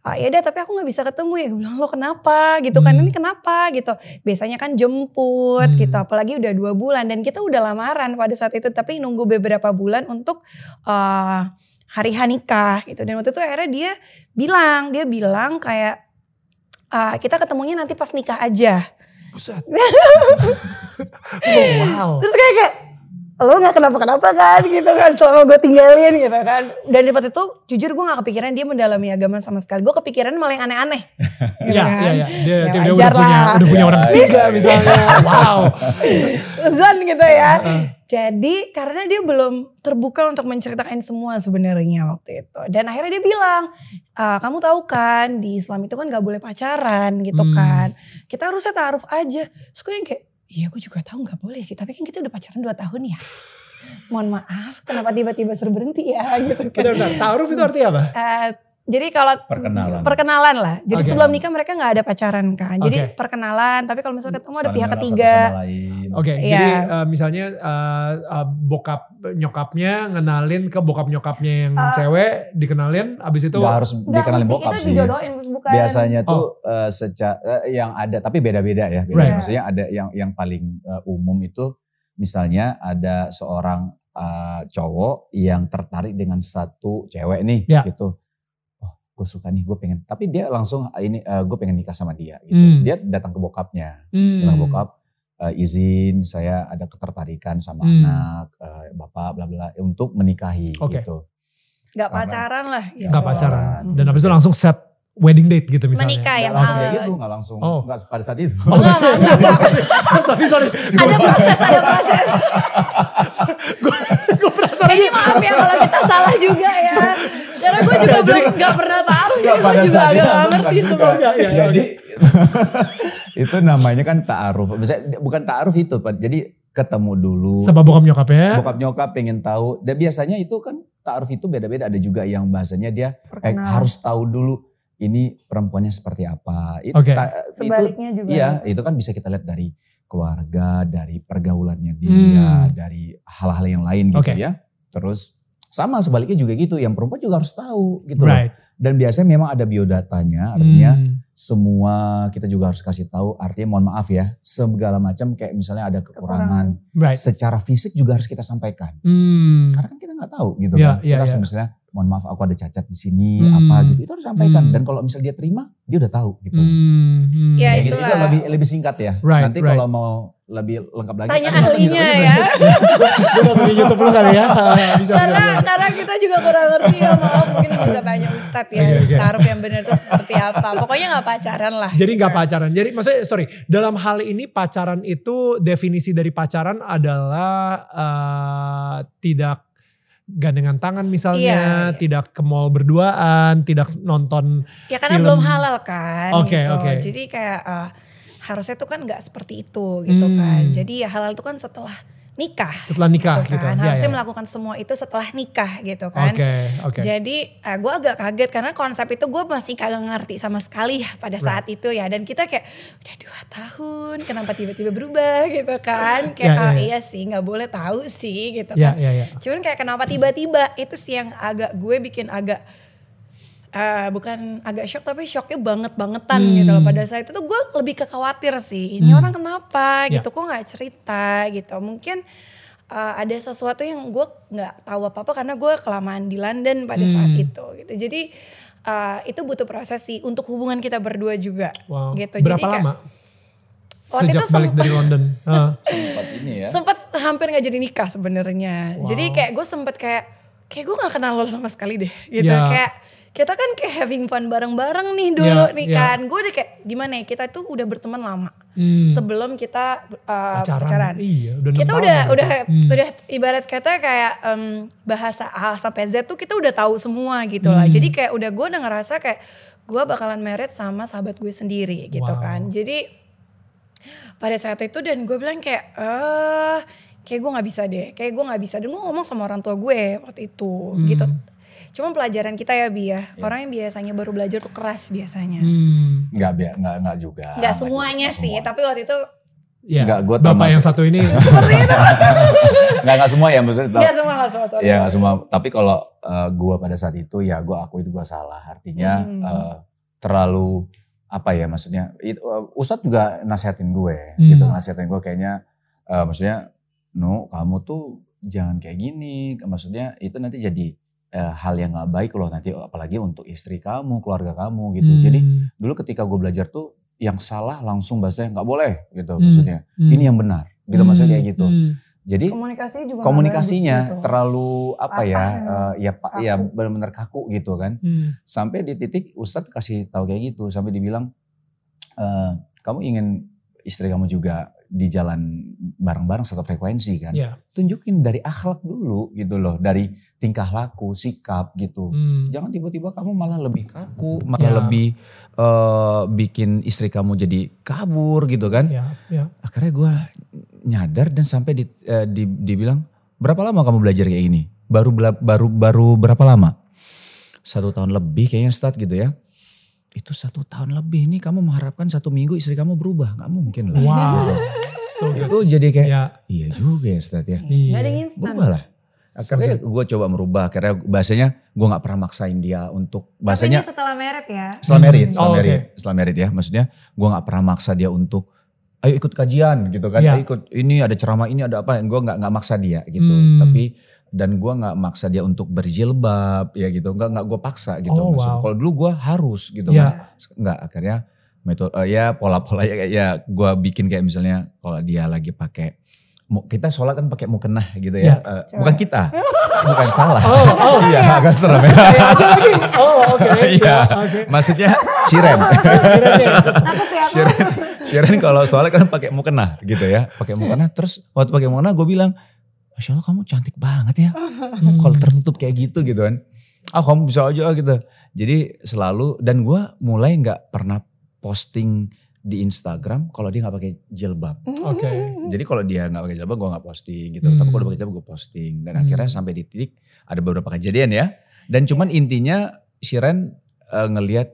ya udah tapi aku gak bisa ketemu ya. Gue bilang lo kenapa gitu kan, ini kenapa gitu. Biasanya kan jemput gitu, apalagi udah 2 bulan. Dan kita udah lamaran pada saat itu, tapi nunggu beberapa bulan untuk hari nikah gitu. Dan waktu itu akhirnya dia bilang kayak kita ketemunya nanti pas nikah aja. Buset. Oh, wow. Terus kayak lo gak kenapa-kenapa kan gitu kan selama gue tinggalin gitu kan. Dan di waktu itu jujur gue gak kepikiran dia mendalami agama sama sekali. Gue kepikiran malah yang aneh-aneh. Iya, kan? Dia Ya udah punya orang ketiga misalnya. Wow. Suzan gitu ya. Jadi karena dia belum terbuka untuk menceritakan semua sebenarnya waktu itu. Dan akhirnya dia bilang, kamu tahu kan di Islam itu kan gak boleh pacaran gitu kan. Kita harusnya ta'aruf aja. Terus gue yang kayak, iya gue juga tahu gak boleh sih, tapi kan kita udah pacaran 2 tahun ya. Mohon maaf, kenapa tiba-tiba suruh berhenti ya gitu kan. Bentar, ta'aruf itu artinya apa? Jadi kalau perkenalan lah. Jadi sebelum nikah mereka gak ada pacaran kan. Jadi perkenalan, tapi kalau misalnya ketemu ada pihak ketiga. Jadi misalnya bokap nyokapnya ngenalin ke bokap nyokapnya yang cewek, dikenalin, abis itu gak harus dikenalin bokap sih. Bukan. Biasanya tuh yang ada, tapi beda-beda ya. Maksudnya ada yang paling umum itu misalnya ada seorang cowok yang tertarik dengan satu cewek nih gitu. Gue suka nih, gue pengen, tapi dia langsung gue pengen nikah sama dia gitu. Dia datang ke bokapnya, bilang bokap izin saya ada ketertarikan sama anak bapak bla bla untuk menikahi gitu. Gak pacaran lah gitu. Gak pacaran. Dan habis itu langsung set wedding date gitu misalnya. Menikah yang langsung kayak gitu, gak langsung gak pada saat itu. Sorry. Ada proses. Gue penasaran. Ini maaf ya kalau kita salah juga ya. Karena gue juga belum gak pernah tahu. Jadi gue juga gak ngerti semuanya. Jadi itu namanya kan ta'aruf. Bukan ta'aruf itu Pak. Jadi ketemu dulu. Sama bokap nyokapnya. Bokap nyokap pengen tahu. Dan biasanya itu kan ta'aruf itu beda-beda. Ada juga yang bahasanya dia harus tahu dulu. Ini perempuannya seperti apa. Sebaliknya juga. Iya, itu kan bisa kita lihat dari keluarga, dari pergaulannya dia, dari hal-hal yang lain gitu ya. Terus sama sebaliknya juga gitu, yang perempuan juga harus tahu gitu loh. Dan biasanya memang ada biodatanya, artinya semua kita juga harus kasih tahu, artinya mohon maaf ya, segala macam kayak misalnya ada kekurangan. Secara fisik juga harus kita sampaikan. Karena kan kita gak tahu gitu kan. Kita harus misalnya, mohon maaf aku ada cacat di sini, apa gitu, itu harus sampaikan. Dan kalau misalnya dia terima, dia udah tahu gitu. Ya gitu, itu lebih singkat ya. Nanti kalau mau lebih lengkap lagi. Tanya ahlinya ya. Gue gak punya YouTube lu kali ya. Karena kita juga kurang ngerti ya, maaf mungkin bisa tanya Ustadz ya. Ta'aruf yang benar itu seperti apa. Pokoknya gak pacaran lah. Jadi gak pacaran. Jadi maksudnya dalam hal ini pacaran itu definisi dari pacaran adalah tidak gandengan tangan misalnya, tidak ke mall berduaan, tidak nonton ya karena film. Belum halal kan gitu. Jadi kayak harusnya tuh kan gak seperti itu gitu kan. Jadi ya halal itu kan setelah nikah. Setelah nikah gitu. Kan. Harusnya melakukan semua itu setelah nikah gitu kan. Jadi gue agak kaget karena konsep itu gue masih kagak ngerti sama sekali ya pada saat itu ya. Dan kita kayak udah 2 tahun kenapa tiba-tiba berubah gitu kan. Kayak iya sih gak boleh tahu sih gitu kan. Cuman kayak kenapa tiba-tiba itu sih yang agak gue bikin agak bukan agak shock tapi shocknya banget-bangetan gitu loh. Pada saat itu tuh gue lebih khawatir sih. Ini orang kenapa gitu, kok gak cerita gitu. Mungkin ada sesuatu yang gue gak tahu apa-apa karena gue kelamaan di London pada saat itu gitu. Jadi itu butuh proses sih untuk hubungan kita berdua juga gitu. Berapa jadi lama? Sejak balik dari London. Sempet hampir gak jadi nikah sebenarnya. Jadi kayak gue sempet kayak gue gak kenal lo sama sekali deh gitu. Kayak kita kan kayak having fun bareng-bareng nih dulu nih kan. Gue udah kayak gimana ya, kita tuh udah berteman lama. Sebelum kita pacaran. Iya, kita udah ibarat kata kayak bahasa A sampai Z tuh kita udah tahu semua gitu lah. Jadi kayak gue udah ngerasa kayak gue bakalan married sama sahabat gue sendiri gitu kan. Jadi pada saat itu dan gue bilang kayak kayak gue gak bisa deh. Dan gue ngomong sama orang tua gue waktu itu gitu. Cuma pelajaran kita ya Bi ya. Orang yang biasanya baru belajar tuh keras biasanya. Enggak juga. Enggak semuanya sih, tapi waktu itu enggak, gue Bapak yang satu ini. seperti itu. Enggak semua ya maksudnya. Enggak semua. Iya enggak semua. Tapi kalau gue pada saat itu ya gue akui gue salah. Artinya terlalu apa ya maksudnya. Ustadz juga nasihatin gue gitu, nasihatin gue kayaknya maksudnya kamu tuh jangan kayak gini, maksudnya itu nanti jadi hal yang gak baik loh nanti apalagi untuk istri kamu, keluarga kamu gitu. Jadi dulu ketika gue belajar tuh yang salah langsung bahasanya gak boleh gitu maksudnya. Ini yang benar gitu maksudnya kayak gitu. Jadi komunikasinya terlalu apa ya benar-benar kaku gitu kan. Sampai di titik Ustadz kasih tahu kayak gitu, sampai dibilang kamu ingin istri kamu juga di jalan bareng-bareng satu frekuensi kan. Tunjukin dari akhlak dulu gitu loh, dari tingkah laku, sikap gitu. Jangan tiba-tiba kamu malah lebih kaku, malah lebih bikin istri kamu jadi kabur gitu kan. Akhirnya gue nyadar dan sampai dibilang berapa lama kamu belajar kayak gini? Baru berapa lama? 1 tahun lebih kayaknya Ustadz gitu ya. Itu 1 tahun lebih nih kamu mengharapkan 1 minggu istri kamu berubah, nggak mungkin lah. Wow, so good. Itu jadi kayak iya juga ya Ustadz ya. Gak ada yang instan. Berubah lah. Akhirnya gue coba merubah, akhirnya bahasanya gue gak pernah maksain dia untuk bahasanya. Tapi ini setelah married ya? Setelah married ya, maksudnya gue gak pernah maksa dia untuk ayo ikut kajian gitu kan, ayo ikut ini ada ceramah ini ada apa, gue gak maksa dia gitu. Tapi dan gue gak maksa dia untuk berjilbab ya gitu, gak gue paksa gitu. Kalau dulu gue harus gitu kan, gak akhirnya metode pola-pola ya gue bikin kayak misalnya kalau dia lagi pakai, kita sholat kan pakai mukenah gitu ya, bukan kita, bukan salah. Iya agak serem ya. Maksudnya Shiren. Shiren kalau sholat kan pakai mukenah gitu ya, pakai mukenah. Terus waktu pakai mukenah gue bilang, Masya Allah kamu cantik banget ya, kalau tertutup kayak gitu kan. Kamu bisa aja gitu. Jadi selalu, dan gue mulai nggak pernah posting di Instagram kalau dia nggak pakai jilbab. Jadi kalau dia nggak pakai jilbab gue nggak posting gitu. Tapi kalau pakai jilbab gue posting. Dan akhirnya sampai di titik ada beberapa kejadian ya. Dan cuman intinya Shiren ngelihat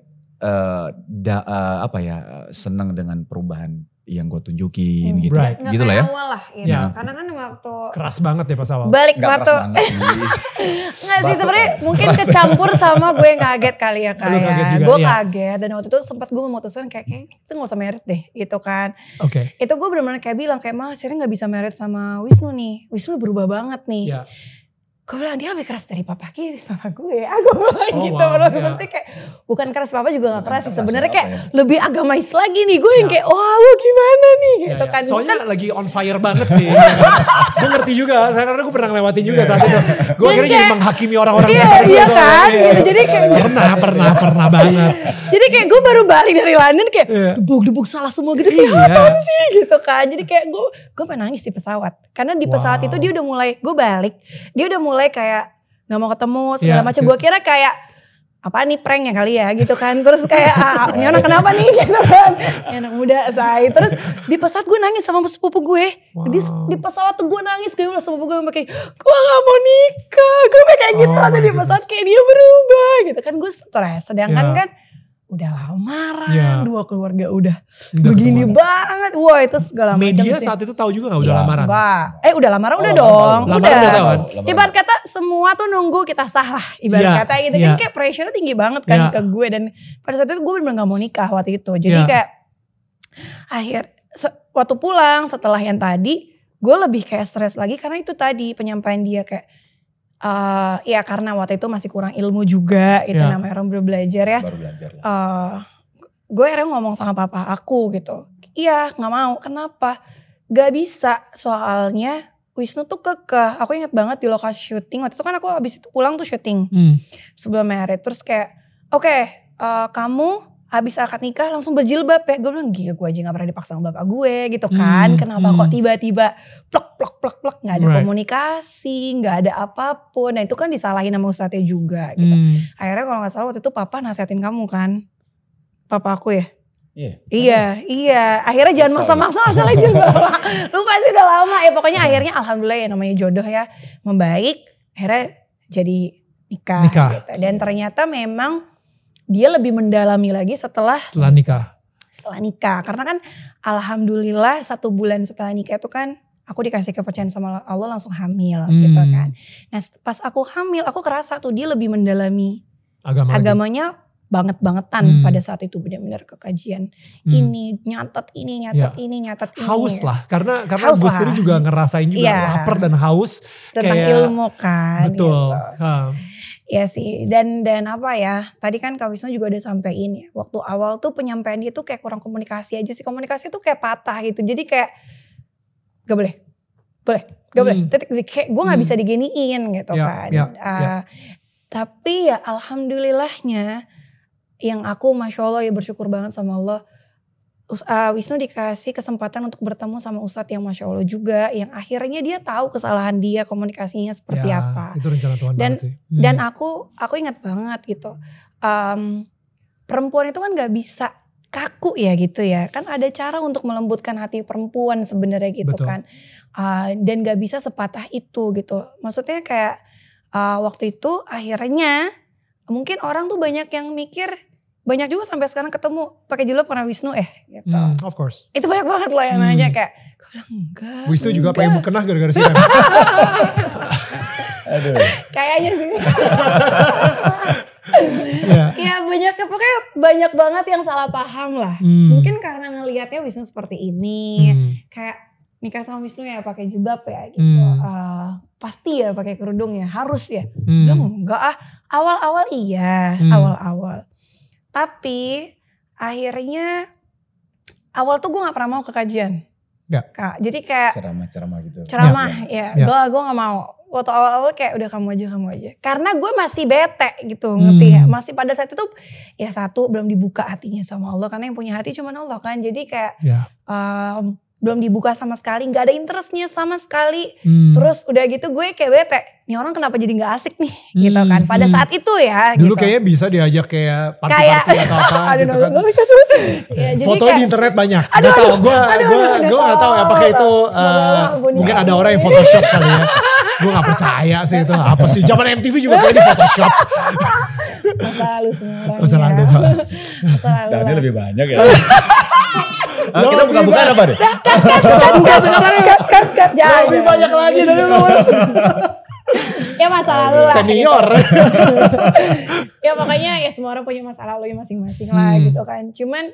senang dengan perubahan yang gue tunjukin gitu. Gitu lah ya. Awal lah gitu. Karena kan waktu keras banget ya pas awal. Balik waktu. Nggak sih sebenarnya mungkin kecampur sama gue yang kaget kali ya kayak. Gue kaget dan waktu itu sempat gue memutuskan kayak itu gak usah married deh gitu kan. Itu gue benar-benar kayak bilang kayak Mas akhirnya gak bisa married sama Wisnu nih. Wisnu berubah banget nih. Gue bilang dia lebih keras dari papa gue. Aku bilang gitu. Maksudnya kayak bukan keras, papa juga gak keras sih. Sebenarnya kayak lebih agamais lagi nih. Gue yang kayak wow gimana nih gitu kan. Soalnya lagi on fire banget sih. Gue ngerti juga. Karena gue pernah ngelewatin juga saat itu. Gue akhirnya jadi menghakimi orang-orang seperti itu. Iya kan. Gitu. Jadi kayak pernah banget. Jadi kayak gue baru balik dari London kayak debuk salah semua gitu. Kayak apa sih gitu kan. Jadi kayak gue pengen nangis di pesawat. Karena di pesawat itu dia udah mulai, gue balik. Dia udah mulai kayak gak mau ketemu segala macam. Gue kira kayak apa nih prank ya kali ya gitu kan. Terus kayak ini orang kenapa nih gitu kan. Anak muda say. Terus di pesawat gue nangis sama sepupu gue. Di pesawat tuh gue nangis. Gue bilang sepupu gue pakai gue gak mau nikah. Gue kayak gitu. Ada di pesawat kayak dia berubah gitu kan. Gue stres. Sedangkan kan udah lamaran, 2 keluarga udah begini banget. Wah itu segala macam. Media saat itu tahu juga gak udah lamaran? Enggak. Udah lamaran udah dong. Lamaran udah tahu kan? Ibarat kata semua tuh nunggu kita sah lah. Ibarat kata gitu kan kayak pressure tinggi banget kan ke gue. Dan pada saat itu gue bener-bener gak mau nikah waktu itu. Jadi kayak waktu pulang setelah yang tadi gue lebih kayak stres lagi. Karena itu tadi penyampaian dia kayak ya karena waktu itu masih kurang ilmu juga itu namanya orang baru belajar ya. Gue akhirnya ngomong sama papa aku gitu. Iya gak mau, kenapa? Gak bisa soalnya Wisnu tuh kekeh. Aku ingat banget di lokasi syuting. Waktu itu kan aku habis itu pulang tuh syuting sebelum married. Terus kayak kamu habis akad nikah langsung berjilbab ya. Gue bilang gila gue aja gak pernah dipaksa sama bapak gue gitu kan. Kenapa kok tiba-tiba plek gak ada komunikasi, gak ada apapun. Nah itu kan disalahin sama ustadznya juga gitu. Akhirnya kalau gak salah waktu itu papa nasihatin kamu kan. Papa aku ya. Iya. Akhirnya jangan maksa-maksa masalah jilbab. Lu pasti udah lama ya. Pokoknya akhirnya alhamdulillah ya namanya jodoh ya membaik. Akhirnya jadi nikah. Gitu. Dan ternyata memang dia lebih mendalami lagi setelah nikah. Setelah nikah. Karena kan alhamdulillah 1 bulan setelah nikah itu kan aku dikasih kepercayaan sama Allah langsung hamil gitu kan. Nah pas aku hamil aku kerasa tuh dia lebih mendalami agamanya banget-bangetan pada saat itu, benar-benar ke kajian. Ini nyatet ini. Haus lah, karena gue sendiri juga ngerasain juga lapar dan haus. Tentang ilmu kan. Betul. Gitu. Ya sih, dan apa ya, tadi kan Kak Wisnu juga udah sampein ya, waktu awal tuh penyampaian dia tuh kayak kurang komunikasi aja sih, komunikasi tuh kayak patah gitu, jadi kayak gak boleh, kayak gue gak bisa diginiin gitu kan. Tapi ya alhamdulillahnya, yang aku Masya Allah ya bersyukur banget sama Allah, Wisnu dikasih kesempatan untuk bertemu sama Ustadz yang Masya Allah juga, yang akhirnya dia tahu kesalahan dia, komunikasinya seperti apa. Itu rencana Tuhan banget sih. Dan aku ingat banget gitu, perempuan itu kan gak bisa kaku ya gitu ya, kan ada cara untuk melembutkan hati perempuan sebenarnya gitu. Betul. Kan, dan gak bisa sepatah itu gitu. Maksudnya kayak waktu itu akhirnya mungkin orang tuh banyak yang mikir, banyak juga sampai sekarang ketemu pakai jilbab karena Wisnu gitu. Of course. Itu banyak banget loh yang nanya kayak, gue bilang enggak. Wisnu juga pakai mukena gara-gara sih. Aduh. Kayaknya sih. Ya pokoknya banyak banget yang salah paham lah. Mungkin karena ngelihatnya Wisnu seperti ini, kayak nikah sama Wisnu ya pakai jilbab ya gitu. Pasti ya pakai kerudung ya, harus ya. Bilang enggak awal-awal iya, awal-awal. Tapi akhirnya awal tuh gue gak pernah mau ke kajian. Kak, jadi kayak ceramah gitu. Ceramah ya. Gue gak mau. Waktu awal-awal kayak udah kamu aja. Karena gue masih bete gitu, ngerti ya. Masih pada saat itu ya satu belum dibuka hatinya sama Allah. Karena yang punya hati cuma Allah kan. Jadi kayak belum dibuka sama sekali, gak ada interestnya sama sekali. Terus udah gitu gue kayak bete, nih orang kenapa jadi gak asik nih gitu kan. Pada saat itu ya dulu gitu. kayaknya bisa diajak kayak party-party atau apa gitu kan. Ya, fotonya di internet banyak. Gak tau, gue gak tau apakah itu mungkin ada orang yang photoshop kali ya. Gue gak percaya sih itu, apa sih zaman MTV juga kayak di photoshop. Masa lalu semua orang. Masa lalu. Dan ini lebih banyak ya. Kita buka-bukaan apa deh? Kita buka sekarang ya. Lebih banyak lagi dari lu. Ya masa lalu lah. Senior. Ya makanya ya semua orang punya masa lalu masing-masing lah gitu kan. Cuman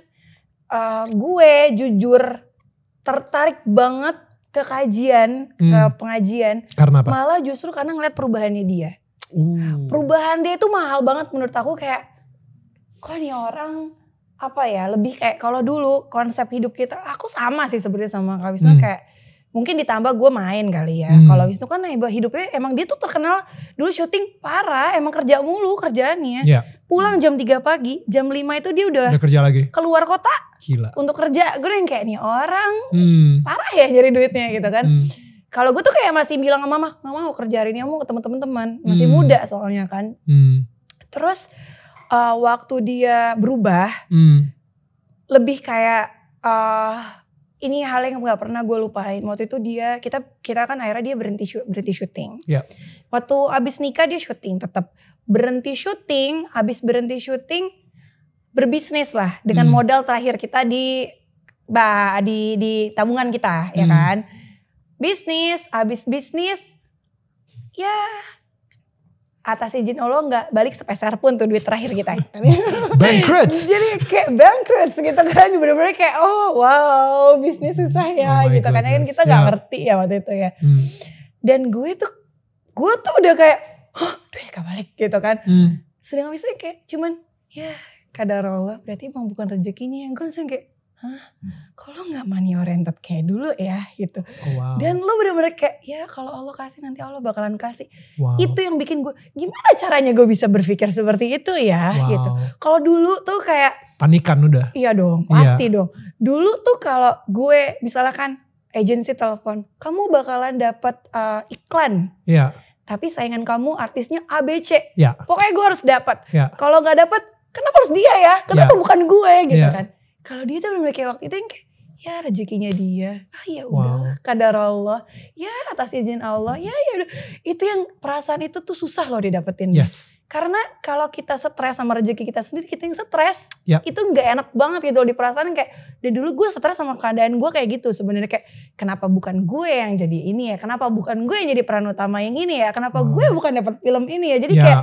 gue jujur tertarik banget ke kajian, ke pengajian. Karena apa? Malah justru karena ngeliat perubahannya dia. Perubahan dia itu mahal banget menurut aku, kayak kok nih orang apa ya, lebih kayak kalau dulu konsep hidup kita, aku sama sih sebenarnya sama Kak Wisnu, kayak mungkin ditambah gue main kali ya. Kalau Wisnu kan hidupnya emang dia tuh terkenal dulu syuting parah, emang kerja mulu kerjaannya. Pulang jam 3 pagi, jam 5 itu dia udah kerja lagi. Keluar kota. Gila. Untuk kerja. Gue yang kayak nih orang parah ya nyari duitnya gitu kan. Kalau gue tuh kayak masih bilang sama mama, gak mau kerja hari ini, mau ketemu teman-teman. Masih muda soalnya kan. Terus waktu dia berubah, lebih kayak ini hal yang gak pernah gue lupain. Waktu itu kita kan akhirnya dia berhenti syuting. Waktu abis nikah dia syuting tetap. Abis berhenti syuting, berbisnis lah dengan modal terakhir kita di tabungan kita, ya kan. Abis bisnis, ya atas izin Allah gak balik sepeser pun tuh duit terakhir kita. Bankrupt. Jadi kayak bankrupt gitu kan. Bener-bener kayak wow bisnis susah ya gitu kan. Kan kita gak ngerti ya waktu itu ya. Dan gue tuh udah kayak duit gak balik gitu kan. Sedang abisnya kayak cuman ya kadar Allah berarti emang bukan rezekinya. Yang gue langsung kayak kok lo gak money oriented kayak dulu ya gitu. Dan lo bener-bener kayak ya kalau Allah kasih nanti Allah bakalan kasih. Itu yang bikin gue gimana caranya gue bisa berpikir seperti itu ya gitu. Kalau dulu tuh kayak panikan udah. Iya dong, pasti dong. Dulu tuh kalau gue misalkan agensi telepon, kamu bakalan dapat iklan. Tapi saingan kamu artisnya ABC. Pokoknya gue harus dapat. Kalau gak dapat, kenapa harus dia ya? Kenapa bukan gue gitu kan? Kalau dia tuh bener-bener kayak waktu itu yang kayak ya rezekinya dia. Ya udah kadar Allah. Ya atas izin Allah. Ya udah. Itu yang perasaan itu tuh susah loh didapetin. Karena kalau kita stres sama rezeki kita sendiri, kita yang stres. Itu gak enak banget gitu loh di perasaan, kayak dari dulu gue stres sama keadaan gue kayak gitu sebenarnya, kayak kenapa bukan gue yang jadi ini ya? Kenapa bukan gue yang jadi peran utama yang ini ya? Kenapa gue bukan dapet film ini ya? Jadi kayak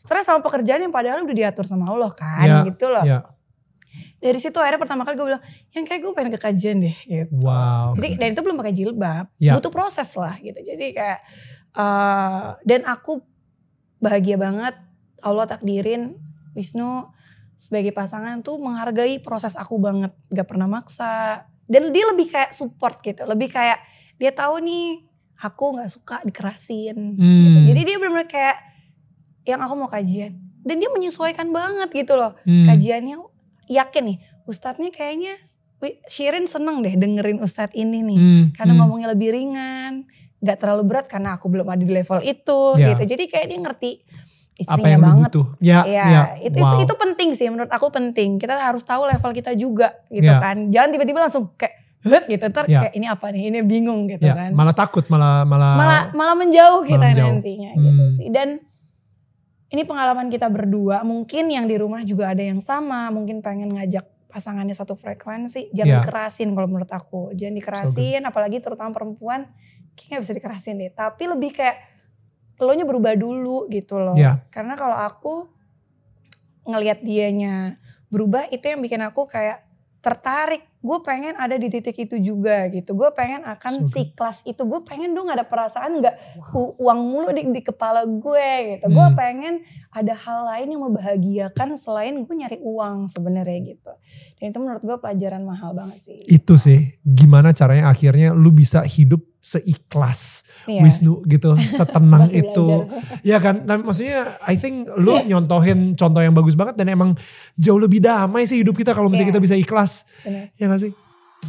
stres sama pekerjaan yang padahal udah diatur sama Allah kan gitu loh. Dari situ akhirnya pertama kali gue bilang, yang kayak gue pengen ke kajian deh gitu. Wow. Jadi dan itu belum pakai jilbab, butuh proses lah gitu. Jadi kayak dan aku bahagia banget Allah takdirin Wisnu sebagai pasangan tuh menghargai proses aku banget, gak pernah maksa. Dan dia lebih kayak support gitu, lebih kayak dia tahu nih aku gak suka dikerasin gitu. Jadi dia benar-benar kayak yang aku mau kajian. Dan dia menyesuaikan banget gitu loh kajiannya. Yakin nih Ustadznya kayaknya Shirin seneng deh dengerin Ustadz ini nih. Karena ngomongnya lebih ringan, gak terlalu berat karena aku belum ada di level itu gitu. Jadi kayak dia ngerti istrinya apa yang banget. Butuh. Itu penting sih menurut aku penting. Kita harus tahu level kita juga gitu kan. Jangan tiba-tiba langsung kayak gitu, ntar kayak ini apa nih, ini bingung gitu kan. Malah takut, malah menjauh kita nantinya gitu sih. Dan ini pengalaman kita berdua, mungkin yang di rumah juga ada yang sama, mungkin pengen ngajak pasangannya satu frekuensi, jangan kerasin kalau menurut aku. Jangan dikerasin, apalagi terutama perempuan, kayaknya gak bisa dikerasin deh. Tapi lebih kayak, lo nya berubah dulu gitu loh. Karena kalau aku ngelihat dianya berubah, itu yang bikin aku kayak tertarik. Gue pengen ada di titik itu juga gitu. Gue pengen akan si kelas itu. Gue pengen dong ada perasaan gak uang mulu di kepala gue gitu. Gue pengen ada hal lain yang membahagiakan selain gue nyari uang sebenarnya gitu. Dan itu menurut gue pelajaran mahal banget sih. Itu sih gimana caranya akhirnya lu bisa hidup seikhlas Wisnu gitu. Setenang itu. Ya kan, nah, maksudnya I think lu nyontohin contoh yang bagus banget. Dan emang jauh lebih damai sih hidup kita kalau misalnya kita bisa ikhlas. Ya gak sih?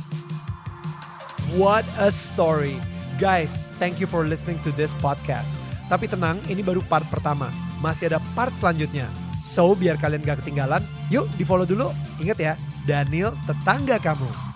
What a story. Guys, thank you for listening to this podcast. Tapi tenang, ini baru part pertama. Masih ada part selanjutnya. So, biar kalian gak ketinggalan, yuk di follow dulu. Ingat ya, Daniel tetangga kamu.